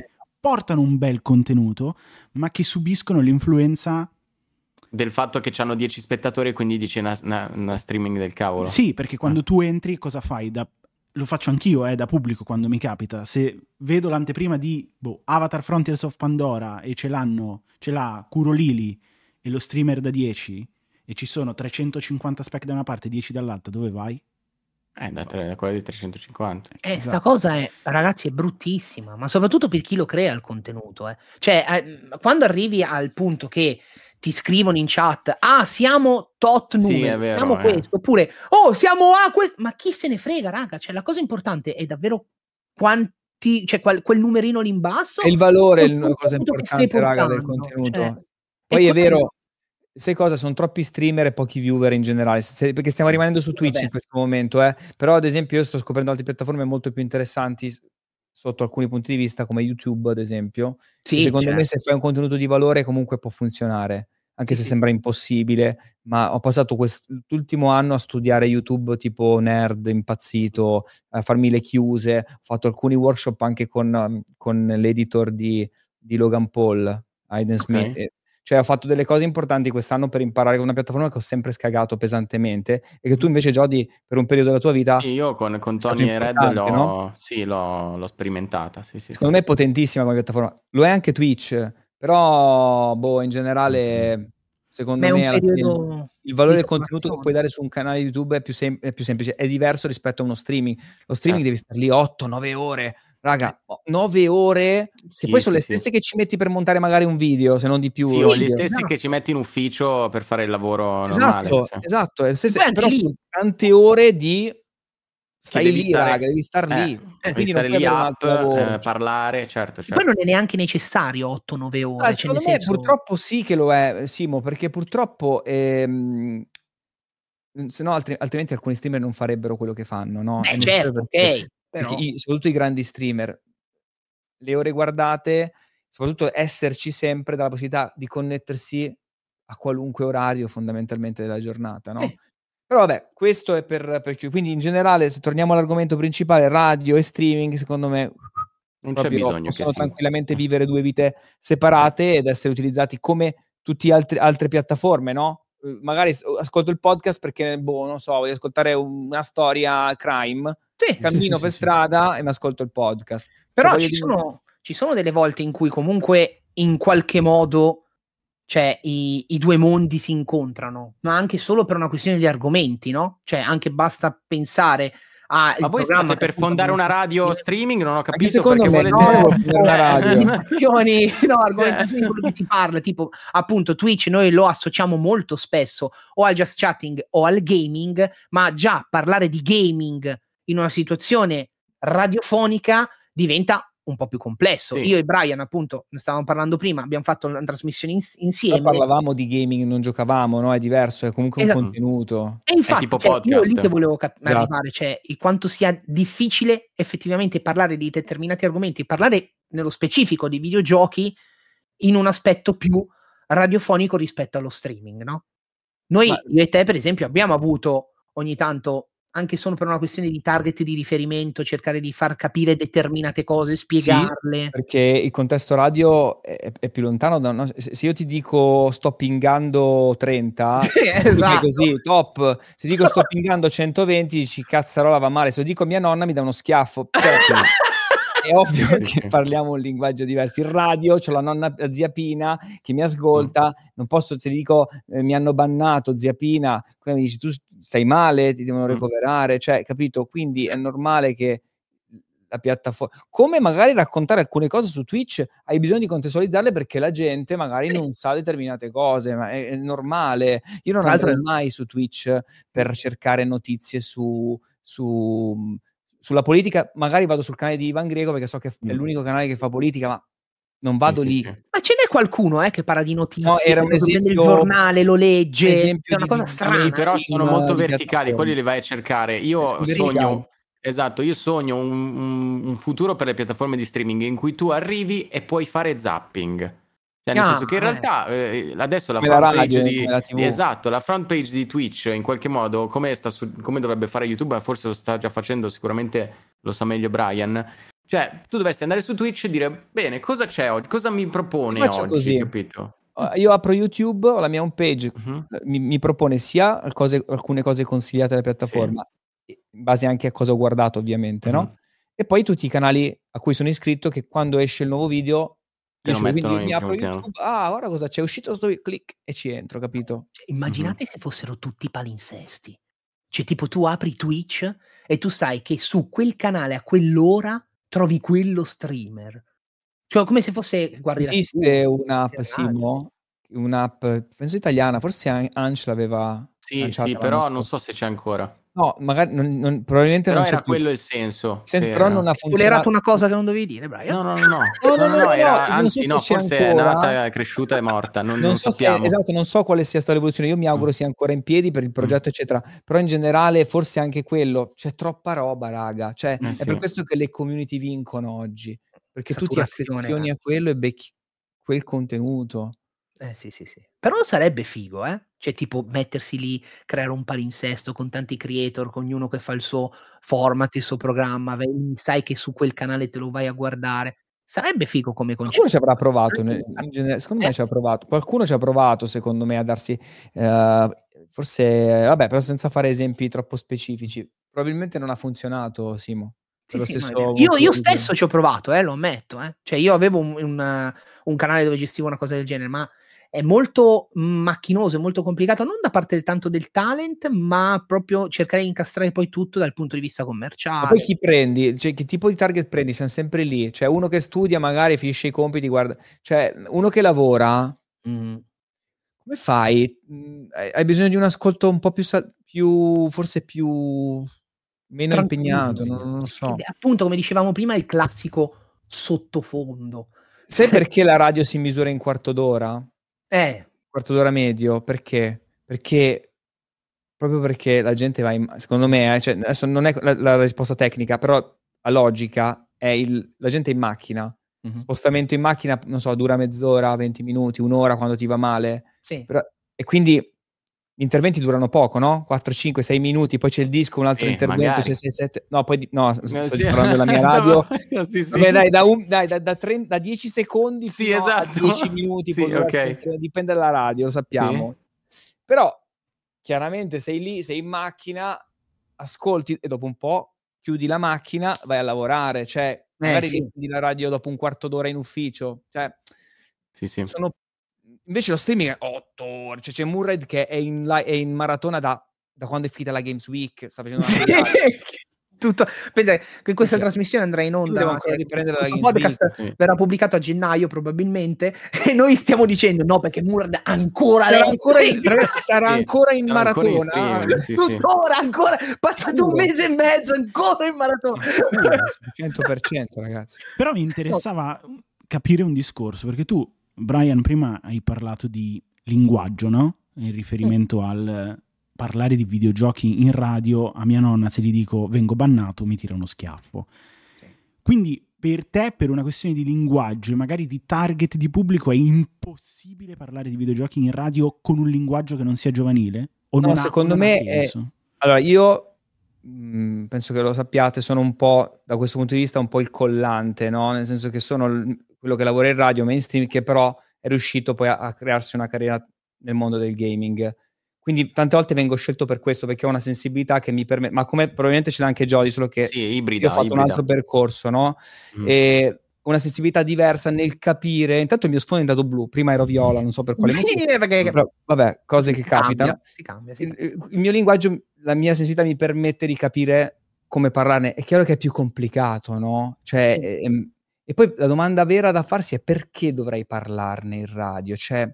portano un bel contenuto, ma che subiscono l'influenza del fatto che hanno 10 spettatori e quindi dici una streaming del cavolo. Sì, perché quando tu entri cosa fai? Lo faccio anch'io da pubblico quando mi capita. Se vedo l'anteprima di Avatar Frontiers of Pandora e ce l'ha Kurolili e lo streamer da 10 e ci sono 350 spec da una parte e 10 dall'altra, dove vai? Da quella di 350. Sta cosa ragazzi, è bruttissima, ma soprattutto per chi lo crea il contenuto. Cioè, quando arrivi al punto che ti scrivono in chat, siamo tot numeri, sì, è vero, siamo questo, oppure, siamo a questo, ma chi se ne frega, raga? Cioè, la cosa importante è davvero quanti, cioè quel numerino lì in basso. È il valore, è la cosa importante, raga, del contenuto. Cioè, poi è vero, sai cosa? Sono troppi streamer e pochi viewer in generale, perché stiamo rimanendo su Twitch in questo momento, però ad esempio io sto scoprendo altre piattaforme molto più interessanti sotto alcuni punti di vista, come YouTube ad esempio. Sì, secondo me se fai un contenuto di valore comunque può funzionare, anche se sembra impossibile, ma ho passato quest'ultimo anno a studiare YouTube tipo nerd, impazzito, a farmi le chiuse, ho fatto alcuni workshop anche con l'editor di Logan Paul, Aiden Smith, cioè ho fatto delle cose importanti quest'anno per imparare con una piattaforma che ho sempre scagato pesantemente e che tu invece giochi per un periodo della tua vita. Sì, io con Tony e Red l'ho sperimentata. Secondo me è potentissima come piattaforma. Lo è anche Twitch, però in generale secondo me il valore del contenuto che puoi dare su un canale YouTube è più semplice, è diverso rispetto a uno streaming. Lo streaming devi stare lì 8-9 ore. Raga, 9 ore, che poi sono le stesse che ci metti per montare magari un video, se non di più. Sì, o gli stessi che ci metti in ufficio per fare il lavoro normale. Esatto, però sono tante ore di stai lì, raga, devi star lì. Quindi stare lì parlare, certo. Poi non è neanche necessario 8-9 ore. Secondo me purtroppo sì che lo è, Simo, perché purtroppo se no altrimenti alcuni streamer non farebbero quello che fanno, no? Certo, perché soprattutto i grandi streamer, le ore guardate, soprattutto esserci sempre, dalla possibilità di connettersi a qualunque orario fondamentalmente della giornata, no? Sì. Però vabbè, questo è per chiudere. Quindi in generale, se torniamo all'argomento principale, radio e streaming, secondo me non c'è bisogno possono tranquillamente vivere due vite separate ed essere utilizzati come tutte altre piattaforme, no? Magari ascolto il podcast perché, non so, voglio ascoltare una storia crime, cammino per strada e mi ascolto il podcast. Però ci sono delle volte in cui comunque in qualche modo i due mondi si incontrano, ma anche solo per una questione di argomenti, no? Cioè anche basta pensare ma voi state per fondare una radio streaming? Non ho capito perché volete una radio. Argomentazioni di cui si parla, tipo appunto Twitch noi lo associamo molto spesso o al just chatting o al gaming, ma già parlare di gaming in una situazione radiofonica diventa un po' più complesso. Io e Brian appunto ne stavamo parlando prima, abbiamo fatto una trasmissione insieme. Ma parlavamo di gaming, non giocavamo, no? È diverso, è comunque un contenuto. E infatti è tipo podcast. Io lì che volevo arrivare, quanto sia difficile effettivamente parlare di determinati argomenti, parlare nello specifico di videogiochi in un aspetto più radiofonico rispetto allo streaming, no? Noi, io e te per esempio, abbiamo avuto ogni tanto, anche solo per una questione di target di riferimento, cercare di far capire determinate cose, spiegarle. Sì, perché il contesto radio è più lontano da noi. Se io ti dico sto pingando 30, esatto. Così, top. Se dico sto pingando 120, dici cazzarola va male. Se lo dico a mia nonna mi dà uno schiaffo. È ovvio che parliamo un linguaggio diverso. In radio c'ho la zia Pina che mi ascolta, non posso, se dico mi hanno bannato zia Pina, come mi dici tu stai male, ti devono recuperare, cioè, capito? Quindi è normale che la piattaforma, come magari raccontare alcune cose su Twitch, hai bisogno di contestualizzarle perché la gente magari non sa determinate cose, ma è normale. Io non andrò mai su Twitch per cercare notizie sulla politica, magari vado sul canale di Ivan Greco perché so che è l'unico canale che fa politica, ma non vado lì. Sì. Ma ce n'è qualcuno che parla di notizie, era un esempio, prende il giornale, lo legge, è una cosa strana. Però sono molto verticali, quelli li vai a cercare. Io sogno un futuro per le piattaforme di streaming in cui tu arrivi e puoi fare zapping. Cioè, nel senso che in realtà adesso la front page la front page di Twitch in qualche modo come dovrebbe fare YouTube, forse lo sta già facendo, sicuramente lo sa meglio Brian, Cioè, tu dovresti andare su Twitch e dire, bene, cosa c'è oggi? Cosa mi propone oggi? Così. Capito? Io apro YouTube, ho la mia homepage, mi propone sia alcune cose consigliate dalla piattaforma, in base anche a cosa ho guardato ovviamente, no? E poi tutti i canali a cui sono iscritto che quando esce il nuovo video quindi mi apro YouTube, ora cosa c'è uscito sto click e ci entro, capito? Cioè, immaginate se fossero tutti palinsesti. Cioè tipo tu apri Twitch e tu sai che su quel canale a quell'ora trovi quello streamer. Cioè come se fosse, guardi, esiste un'app, Simo, un'app penso italiana, forse Anch l'aveva sì, però non so se c'è ancora. No, magari probabilmente però non c'è era quello il senso. Però non ha funzionato. Era una cosa che non dovevi dire, Brian. No, era, anzi no, forse è nata, è cresciuta, è morta, non so sappiamo. Esatto, non so quale sia stata l'evoluzione, io mi auguro sia ancora in piedi per il progetto eccetera, però in generale forse anche quello, c'è troppa roba, raga, cioè è per questo che le community vincono oggi, perché tu ti affezioni a quello e becchi quel contenuto. Sì. Però sarebbe figo, cioè tipo mettersi lì, creare un palinsesto con tanti creator, con ognuno che fa il suo format, il suo programma, sai che su quel canale te lo vai a guardare. Sarebbe figo come concetto. Qualcuno ci avrà provato, in genere, secondo me ci ha provato. Qualcuno ci ha provato, secondo me, a darsi forse, vabbè, però senza fare esempi troppo specifici. Probabilmente non ha funzionato, Simo. Io stesso ci ho provato, lo ammetto. Cioè io avevo un canale dove gestivo una cosa del genere, ma è molto macchinoso, è molto complicato, non da parte tanto del talent, ma proprio cercare di incastrare poi tutto dal punto di vista commerciale. Ma poi chi prendi? Cioè, che tipo di target prendi? Siamo sempre lì. Cioè, uno che studia, magari finisce i compiti, guarda. Cioè, uno che lavora, come fai? Hai bisogno di un ascolto un po' forse più meno impegnato, non lo so. Appunto, come dicevamo prima, il classico sottofondo. Sai perché la radio si misura in quarto d'ora? Quarto d'ora medio? Perché? Proprio perché la gente va secondo me, cioè, adesso non è la risposta tecnica, però la logica è la gente è in macchina. Spostamento in macchina, non so, dura mezz'ora, 20 minuti, un'ora quando ti va male. Però, e quindi gli interventi durano poco, no? 4, 5, 6 minuti, poi c'è il disco, un altro intervento, c'è 6, 7... No, poi sto parlando della mia radio. Vabbè, dai, da 10 secondi fino a 10 minuti, dipende dalla radio, lo sappiamo. Però, chiaramente sei lì, sei in macchina, ascolti e dopo un po' chiudi la macchina, vai a lavorare, cioè magari riprendi la radio dopo un quarto d'ora in ufficio, cioè invece lo streaming è 8 ore, cioè c'è Murray che è in maratona da quando è finita la Games Week, sta facendo una tutto. Pensa che questa trasmissione andrà in onda, questo podcast verrà pubblicato a gennaio probabilmente e noi stiamo dicendo no perché Murad ancora sarà ancora in maratona, tuttora ancora passato un mese e mezzo ancora in maratona 100%, ragazzi. Però mi interessava capire un discorso, perché tu, Brian, prima hai parlato di linguaggio, no? In riferimento al parlare di videogiochi in radio. A mia nonna, se gli dico vengo bannato, mi tira uno schiaffo. Quindi per te, per una questione di linguaggio e magari di target di pubblico, è impossibile parlare di videogiochi in radio con un linguaggio che non sia giovanile? O no, secondo me è... Allora, io penso che lo sappiate, sono un po', da questo punto di vista, un po' il collante, no? Nel senso che sono quello che lavora in radio mainstream, che però è riuscito poi a crearsi una carriera nel mondo del gaming. Quindi tante volte vengo scelto per questo, perché ho una sensibilità che mi permette, ma come probabilmente ce l'ha anche Jody, solo che io ho fatto un altro percorso, no? E una sensibilità diversa nel capire. Intanto il mio sfondo è andato blu, prima ero viola, non so per quale motivo. Però, vabbè, cose che capitano. Si cambia. Il mio linguaggio, la mia sensibilità mi permette di capire come parlarne. È chiaro che è più complicato, no? Cioè, e poi la domanda vera da farsi è: perché dovrei parlarne in radio? Cioè,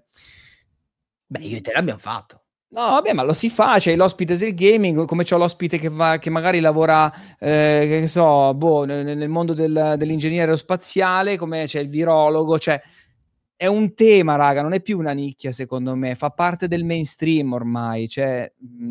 io e te l'abbiamo fatto. No, vabbè, ma lo si fa, c'è l'ospite del gaming, come c'ho l'ospite che magari lavora, che so, nel mondo dell'ingegneria aerospaziale, come c'è il virologo, cioè è un tema, raga, non è più una nicchia, secondo me, fa parte del mainstream ormai, cioè...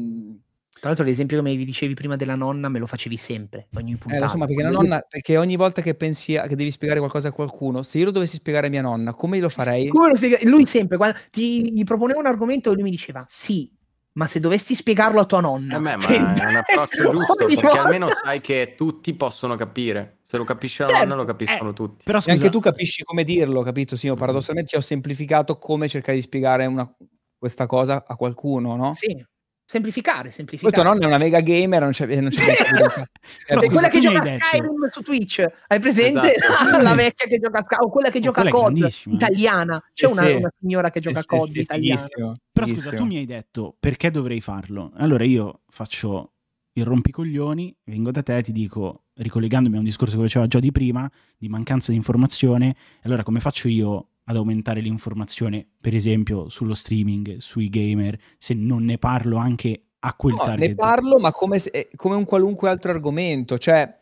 Tra l'altro l'esempio che mi dicevi prima della nonna me lo facevi sempre, ogni puntata. Insomma, perché la nonna, perché ogni volta che pensi che devi spiegare qualcosa a qualcuno, se io lo dovessi spiegare a mia nonna, come lo farei? Come lo spieghi? Lui sempre, quando gli proponevo un argomento, lui mi diceva sì, ma se dovessi spiegarlo a tua nonna... ma è un approccio giusto, perché almeno sai che tutti possono capire. Se lo capisce la nonna, lo capiscono tutti. Però scusa, anche tu capisci come dirlo, capito? Sì, paradossalmente ho semplificato come cercare di spiegare questa cosa a qualcuno, no? Sì, semplificare. Poi tua nonna è una mega gamer, non c'è è quella che gioca a Skyrim su Twitch, hai presente? Esatto. La vecchia che gioca a Skyrim, o quella che gioca a COD italiana. C'è una signora che gioca a COD italiana. Però scusa, tu mi hai detto perché dovrei farlo. Allora io faccio il rompicoglioni, vengo da te, ti dico, ricollegandomi a un discorso che faceva già di prima, di mancanza di informazione, allora come faccio io ad aumentare l'informazione, per esempio, sullo streaming, sui gamer, se non ne parlo anche a quel target? Ne parlo, ma come un qualunque altro argomento, cioè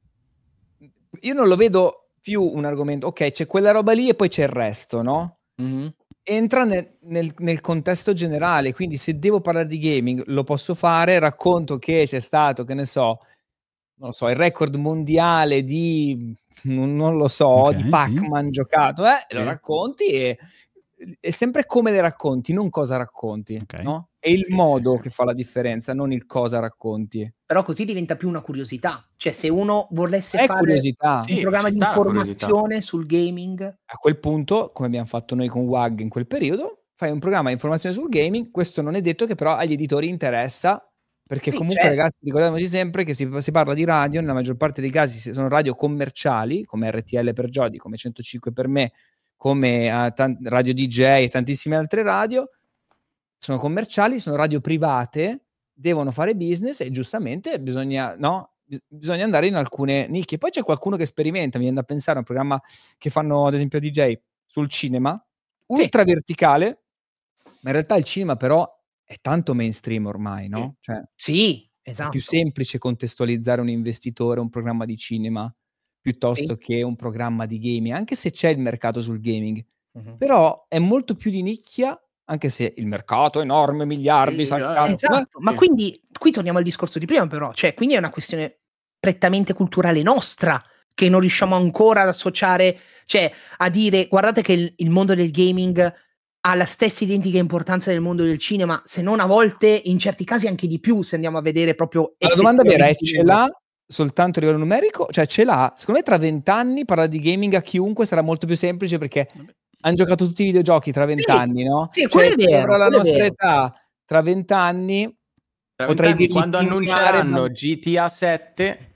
io non lo vedo più un argomento, ok, c'è quella roba lì e poi c'è il resto, no? Mm-hmm. Entra nel contesto generale, quindi se devo parlare di gaming lo posso fare, racconto che c'è stato, che ne so, non lo so, il record mondiale di, non lo so, di Pac-Man giocato, lo racconti e è sempre come le racconti, non cosa racconti, no? È il modo che fa la differenza, non il cosa racconti. Però così diventa più una curiosità, cioè se uno volesse fare un programma di informazione sul gaming, a quel punto, come abbiamo fatto noi con WAG in quel periodo, fai un programma di informazione sul gaming. Questo non è detto che però agli editori interessa, perché comunque ragazzi, ricordiamoci sempre che si parla di radio, nella maggior parte dei casi sono radio commerciali, come RTL per Jody, come 105 per me, come Radio DJ e tantissime altre radio. Sono commerciali, sono radio private, devono fare business e giustamente bisogna andare in alcune nicchie. Poi c'è qualcuno che sperimenta, mi viene da pensare a un programma che fanno ad esempio DJ sul cinema, ultra verticale, ma in realtà il cinema però è tanto mainstream ormai, no? Cioè, esatto. È più semplice contestualizzare un investitore, un programma di cinema, piuttosto che un programma di gaming, anche se c'è il mercato sul gaming. Però è molto più di nicchia, anche se il mercato è enorme, miliardi, esatto. Ma quindi qui torniamo al discorso di prima, però, cioè quindi è una questione prettamente culturale nostra che non riusciamo ancora ad associare, cioè a dire guardate che il mondo del gaming ha la stessa identica importanza del mondo del cinema, se non a volte in certi casi anche di più, se andiamo a vedere proprio. La domanda vera è: ce l'ha soltanto a livello numerico? Cioè ce l'ha? Secondo me tra 20 anni parlare di gaming a chiunque sarà molto più semplice, perché hanno giocato tutti i videogiochi tra 20 anni, no? Sì, quello è vero. La nostra età, tra 20 anni, potrei dire quando annunceranno GTA 7.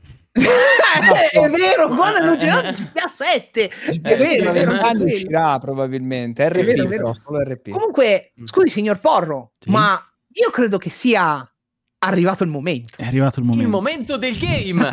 È vero, quando annunceranno GTA 7. Tra 20 anni uscirà probabilmente. RP, però, solo RP. Comunque, scusi, signor Porro, ma io credo che sia arrivato il momento. È arrivato il momento. Il momento del game.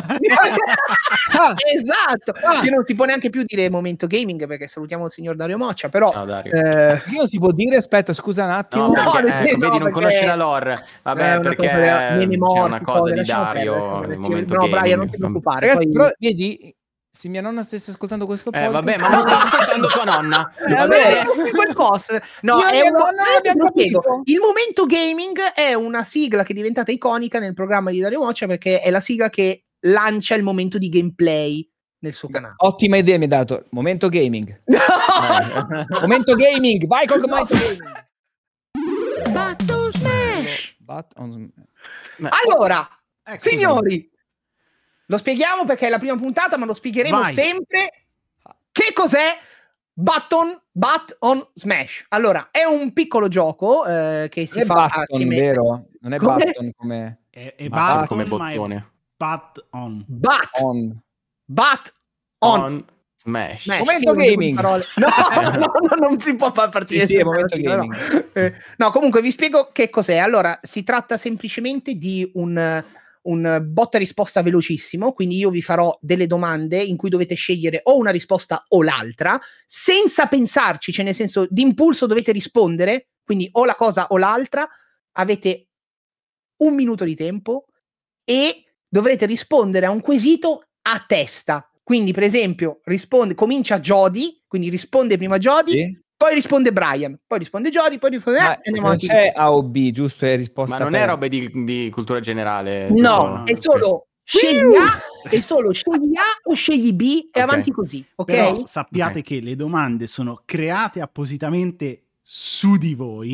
Esatto. Che non si può neanche più dire momento gaming, perché salutiamo il signor Dario Moccia, però ciao Dario. Io si può dire, aspetta, scusa un attimo. Vedi, non conosci la lore. Vabbè, perché c'è una cosa di Dario. Brian, non ti preoccupare. Ragazzi, però vedi, se mia nonna stesse ascoltando questo podcast, vabbè, ma non sta ascoltando tua nonna. Quel post. No, il momento gaming è una sigla che è diventata iconica nel programma di Dario Moccia, perché è la sigla che lancia il momento di gameplay nel suo canale. Ottima idea mi hai dato. Momento gaming. Momento gaming. Vai col momento gaming. Button Smash. Allora, signori, lo spieghiamo perché è la prima puntata, ma lo spiegheremo sempre. Che cos'è Button Smash? Allora, è un piccolo gioco che si fa assieme. Vero? Non è button come è button come bottone. On Smash. Momento gaming. No, non si può far partire. Sì, è momento gaming. No, comunque vi spiego che cos'è. Allora, si tratta semplicemente di un botta e risposta velocissimo, quindi io vi farò delle domande in cui dovete scegliere o una risposta o l'altra, senza pensarci, cioè nel senso d'impulso dovete rispondere, quindi o la cosa o l'altra. Avete 1 minuto di tempo e dovrete rispondere a un quesito a testa. Quindi, per esempio, comincia Jody, quindi risponde prima Jody, poi risponde Brian, poi risponde Jody, poi risponde non c'è A o B, giusto? È risposta. Ma non è roba di cultura generale. No, è solo scegli A, è solo scegli A o scegli B e avanti così, ok? Però sappiate che le domande sono create appositamente su di voi,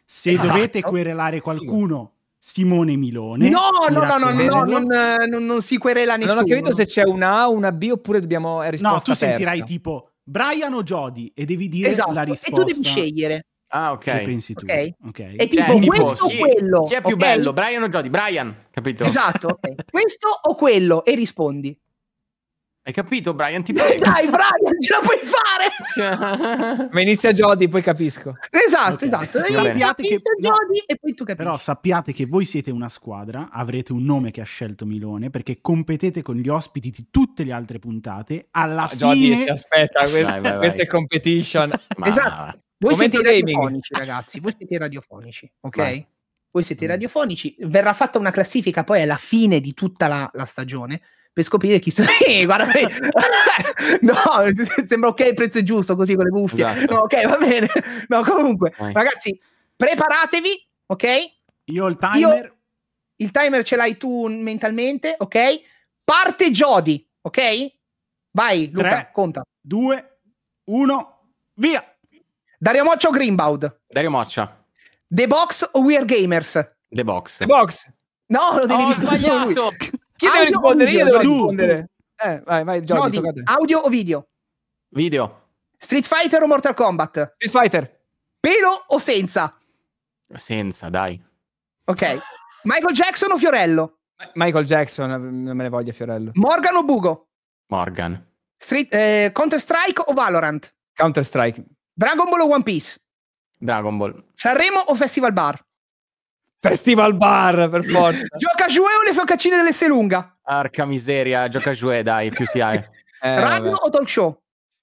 Se dovete querelare qualcuno, Simone Milone. No, non si querela nessuno. Non ho capito se c'è una A o una B oppure dobbiamo risposta No, tu aperta. sentirai tipo Brian o Jody e devi dire la risposta. E tu devi scegliere. Ah, ok. Che pensi tu? Okay. È tipo questo o quello. Chi è più bello, Brian o Jody? Brian, capito? Esatto, questo o quello e rispondi. Hai capito, Brian? Ti prego. Dai, Brian, ce la puoi fare! Ma inizia Jody, poi capisco. Esatto. Sappiate che Jody e poi tu capisci. Però sappiate che voi siete una squadra, avrete un nome che ha scelto Milone, perché competete con gli ospiti di tutte le altre puntate. Alla fine... Jody si aspetta, questa è competition. Esatto. Voi siete radiofonici, ragazzi. Voi siete radiofonici, ok? Vai. Voi siete radiofonici. Verrà fatta una classifica poi alla fine di tutta la stagione per scoprire chi sono. Guarda, no, sembra ok, il prezzo è giusto così con le cuffie. Esatto. No, ok, va bene. No, comunque, ragazzi, preparatevi, ok? Io ho il timer. Il timer ce l'hai tu mentalmente, ok? Parte Jody, ok? Vai, Luca, 3, conta. 2, 1, via! Dario Moccia o Greenbaud? Dario Moccia. The Box o We're Gamers? The Box. The Box. No, lo devi sbagliato. Chi deve rispondere? Io devo rispondere. Vai, Jody, audio o video? Video. Street Fighter o Mortal Kombat? Street Fighter. Pelo o senza? Senza, dai. Ok. Michael Jackson o Fiorello? Michael Jackson, non me ne voglia Fiorello. Morgan o Bugo? Morgan. Counter Strike o Valorant? Counter Strike. Dragon Ball o One Piece? Dragon Ball. Sanremo o Festival Bar? Festival Bar, per forza. Gioca Jouet o le focaccine dell'Esselunga? Arca miseria, gioca Jouet, dai, più si ha. Radio o talk show?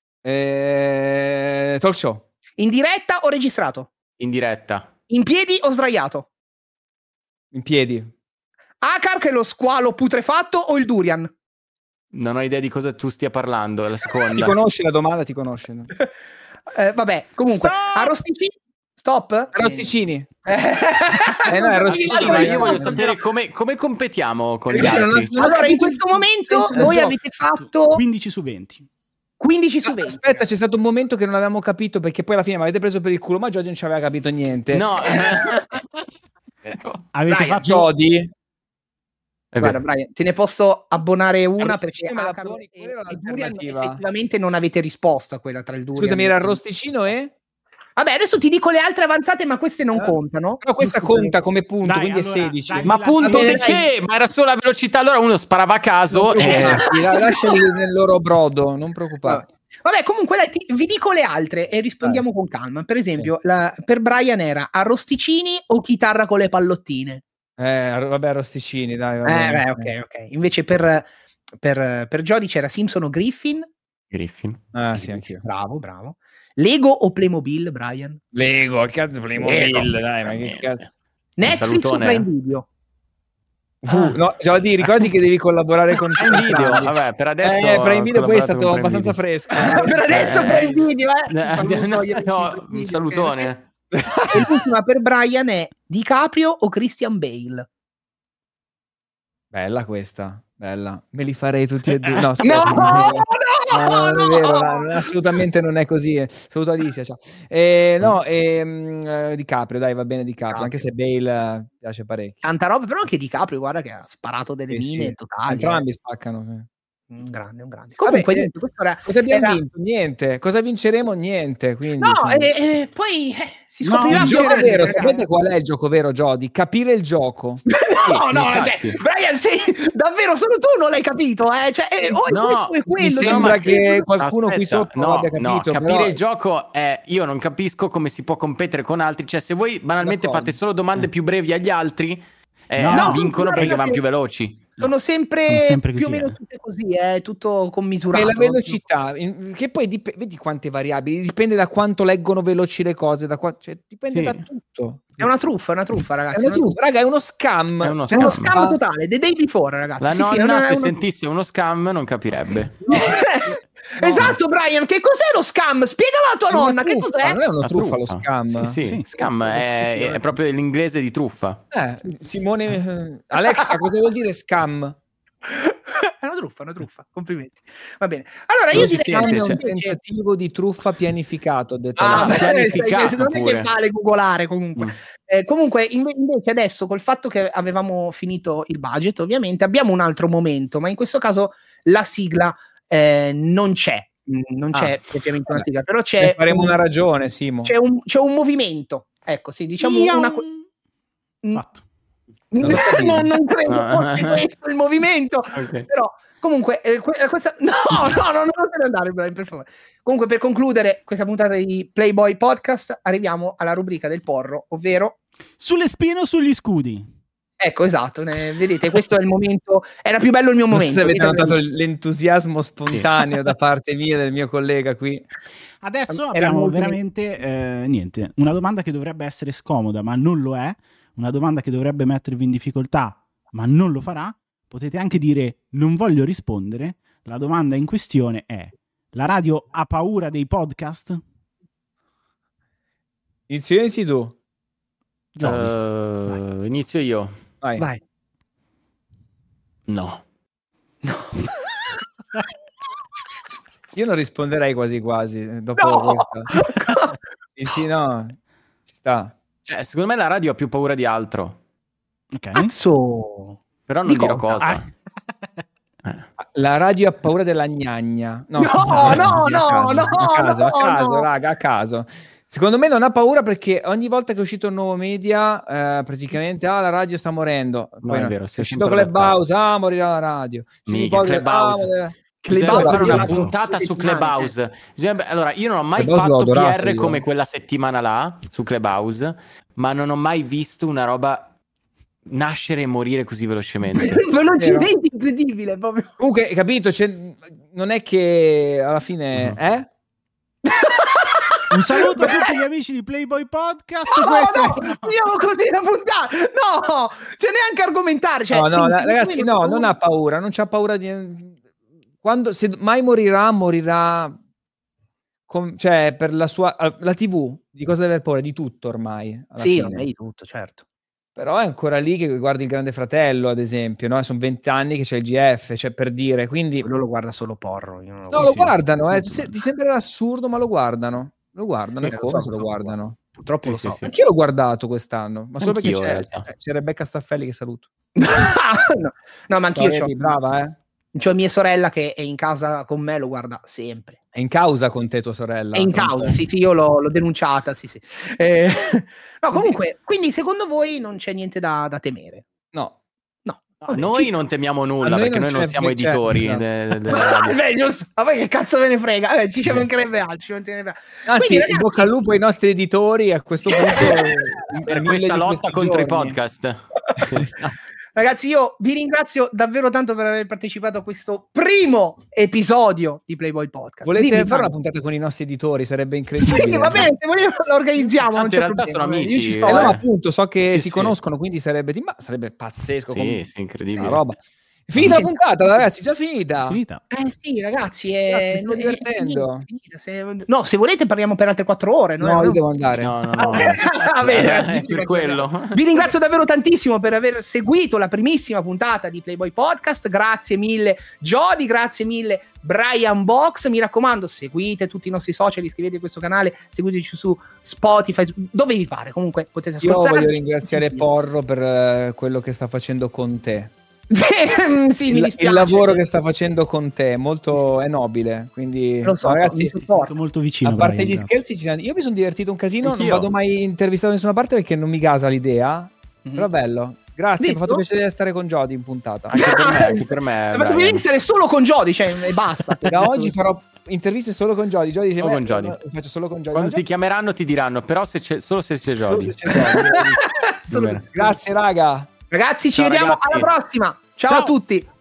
Talk show. In diretta o registrato? In diretta. In piedi o sdraiato? In piedi. Acar che è lo squalo putrefatto o il durian? Non ho idea di cosa tu stia parlando, è la seconda. Ti conosci la domanda, ti conosci. No? Vabbè, comunque, arrosticini. Stop? Arrosticini. No, arrosticini. Ma io voglio sapere come competiamo con gli altri. Allora, in questo momento voi avete fatto 15 su 20. 15 su 20. Aspetta, c'è stato un momento che non avevamo capito, perché poi alla fine mi avete preso per il culo, ma Jody non ci aveva capito niente. No. Avete Brian, fatto Jody. Guarda, Brian, te ne posso abbonare una perché me la Acar poni, e Durian l'alternativa. effettivamente non avete risposto a quella tra il Durian. Scusami, era arrosticino e? Vabbè, adesso ti dico le altre avanzate, ma queste non contano. Però questa conta come punto, Dai, quindi allora, è 16. dai, Ma punto di che? Ma era solo la velocità, allora uno sparava a caso. Lasciali nel loro brodo, non preoccupate. Vabbè, comunque dai, vi dico le altre e rispondiamo con calma. Per esempio, per Brian era arrosticini o chitarra con le pallottine? Vabbè, arrosticini, dai. Ok. Invece per Jody c'era Simpson o Griffin? Griffin. Ah, sì, anch'io. Bravo. Lego o Playmobil, Brian? Lego, cazzo, Playmobil, dai, ma che cazzo. Netflix o Prime Video? No, Jody, ricordi che devi collaborare con Prime Video, vabbè, per adesso Prime Video poi è stato abbastanza fresco. Per adesso Prime Video, un salutone. E l'ultima per Brian è DiCaprio o Christian Bale? Bella questa, bella. Me li farei tutti e due. No, No, non è vero, assolutamente non è così. Saluto Alicia, ciao. DiCaprio, dai, va bene DiCaprio, anche se Bale piace parecchio. Tanta roba, però anche DiCaprio, guarda che ha sparato delle mine totali. Entrambi spaccano. Un grande. Comunque, vabbè, cosa abbiamo vinto? Niente. Cosa vinceremo? Niente. Quindi, no, poi si scoprirà. Il gioco vero, sapete qual è il gioco vero, Jody? Capire il gioco. Brian, davvero solo tu non l'hai capito, Cioè, questo è quello. Mi sembra che qualcuno qui sotto abbia capito. Capire il gioco è, io non capisco come si può competere con altri. Cioè, se voi banalmente fate solo domande più brevi agli altri, vincono perché vanno più veloci. Sono sempre più o meno tutte così, tutto commisurato. E la velocità, che poi vedi quante variabili, dipende da quanto leggono veloci le cose, dipende da tutto. È una truffa, ragazzi. È una truffa, raga, è uno scam. È uno scam totale, the day before, ragazzi. La nonna, se sentisse uno scam, non capirebbe. Esatto, Brian, che cos'è lo scam? Spiegalo alla tua nonna, che cos'è? Non è una truffa lo scam. Sì. Scam è proprio l'inglese di truffa. Simone, Alexa, cosa vuol dire scam? una truffa. Complimenti. Va bene. Allora io direi un tentativo di truffa pianificato, ho detto. Secondo me che vale googolare comunque. Comunque invece adesso col fatto che avevamo finito il budget, ovviamente abbiamo un altro momento, ma in questo caso la sigla non c'è propriamente una sigla, però c'è faremo una ragione, Simo. C'è un movimento, ecco, sì, diciamo fatto. Non credo fosse questo il movimento, okay. Però comunque questa non te ne andare, Brian, per favore. Comunque, per concludere questa puntata di Playboy Podcast arriviamo alla rubrica del Porro, ovvero sulle spine o sugli scudi. Ecco, esatto, vedete, questo è il momento, era più bello il mio momento. Se avete notato l'entusiasmo spontaneo da parte mia, del mio collega qui. Adesso abbiamo veramente niente, una domanda che dovrebbe essere scomoda ma non lo è, una domanda che dovrebbe mettervi in difficoltà ma non lo farà. Potete anche dire non voglio rispondere. La domanda in questione è: la radio ha paura dei podcast? Inizi tu. Inizio io. Vai. No. Io non risponderei quasi dopo questa. Sì, no, ci sta. Cioè, secondo me la radio ha più paura di altro. Ok. Azzo. Però non dirò cosa. La radio ha paura della gnagna. No. A caso. Secondo me non ha paura perché ogni volta che è uscito un nuovo media, praticamente la radio sta morendo. Poi è vero, è uscito Clubhouse, morirà la radio. Clubhouse. Bisogna fare una puntata su Clubhouse. Allora, io non ho mai fatto PR come quella settimana là su Clubhouse, ma non ho mai visto una roba nascere e morire così velocemente. Velocemente, incredibile proprio. Comunque, capito, non è che alla fine un saluto a tutti gli amici di Playboy Podcast. Finiamo così la puntata. No, c'è neanche argomentare. Cioè, ragazzi, non ha paura, non c'ha paura di. Se mai morirà cioè per la sua la TV di cosa deve aver paura? Di tutto ormai. Sì, ormai di tutto, certo. Però è ancora lì che guardi il Grande Fratello, ad esempio, no? Sono 20 anni che c'è il GF, cioè per dire, quindi quello lo guarda solo Porro. Lo guardano, ti sembrerà assurdo, ma lo guardano. Lo guardano, e come se lo guardano? Purtroppo lo so. Anch'io l'ho guardato quest'anno, ma solo perché c'è Rebecca Staffelli che saluto. No, ma anch'io c'ho. Brava, C'ho mia sorella che è in casa con me, lo guarda sempre. È in causa con te tua sorella? È in causa, sì, io l'ho denunciata, sì. No, comunque, quindi secondo voi non c'è niente da temere? No. Noi non temiamo nulla perché noi non siamo editori della radio. Giusto. A voi che cazzo ve ne frega? Ci mancherebbe altro. Anzi, quindi, ragazzi, bocca al lupo ai nostri editori a questo punto per questa lotta contro i podcast. Ragazzi, io vi ringrazio davvero tanto per aver partecipato a questo primo episodio di Playboy Podcast. Volete fare una puntata con i nostri editori? Sarebbe incredibile. Sì, va bene, se volete lo organizziamo. In realtà sono amici. Io ci sto, no, appunto, so che si conoscono, quindi sarebbe pazzesco. Sì, incredibile. Roba. È finita la puntata, ragazzi, già finita. Sì, ragazzi, sto divertendo. No, se volete parliamo per altre 4 ore. No, io devo andare. No. Per quello. Vi ringrazio davvero tantissimo per aver seguito la primissima puntata di Playboy Podcast. Grazie mille Jody, grazie mille Brian Box. Mi raccomando, seguite tutti i nostri social, iscrivetevi a questo canale, seguiteci su Spotify, dove vi pare. Comunque potete ascoltare. Io voglio ringraziare Porro per quello che sta facendo con te. Sì, mi dispiace. Il lavoro che sta facendo con te molto è nobile, quindi ragazzi, molto vicino. A parte gli scherzi, io mi sono divertito un casino. Anch'io. Non vado mai intervistato da nessuna parte perché non mi gasa l'idea. Però bello. Grazie, mi ha fatto piacere stare con Jody in puntata. Anche per me. Ma devi essere solo con Jody, cioè, e basta. Da oggi farò interviste solo con Jody. Faccio solo con Jody. Quando ti chiameranno ti diranno, però solo se c'è Jody. Grazie, raga. Ragazzi, ci vediamo alla prossima. Ciao a tutti.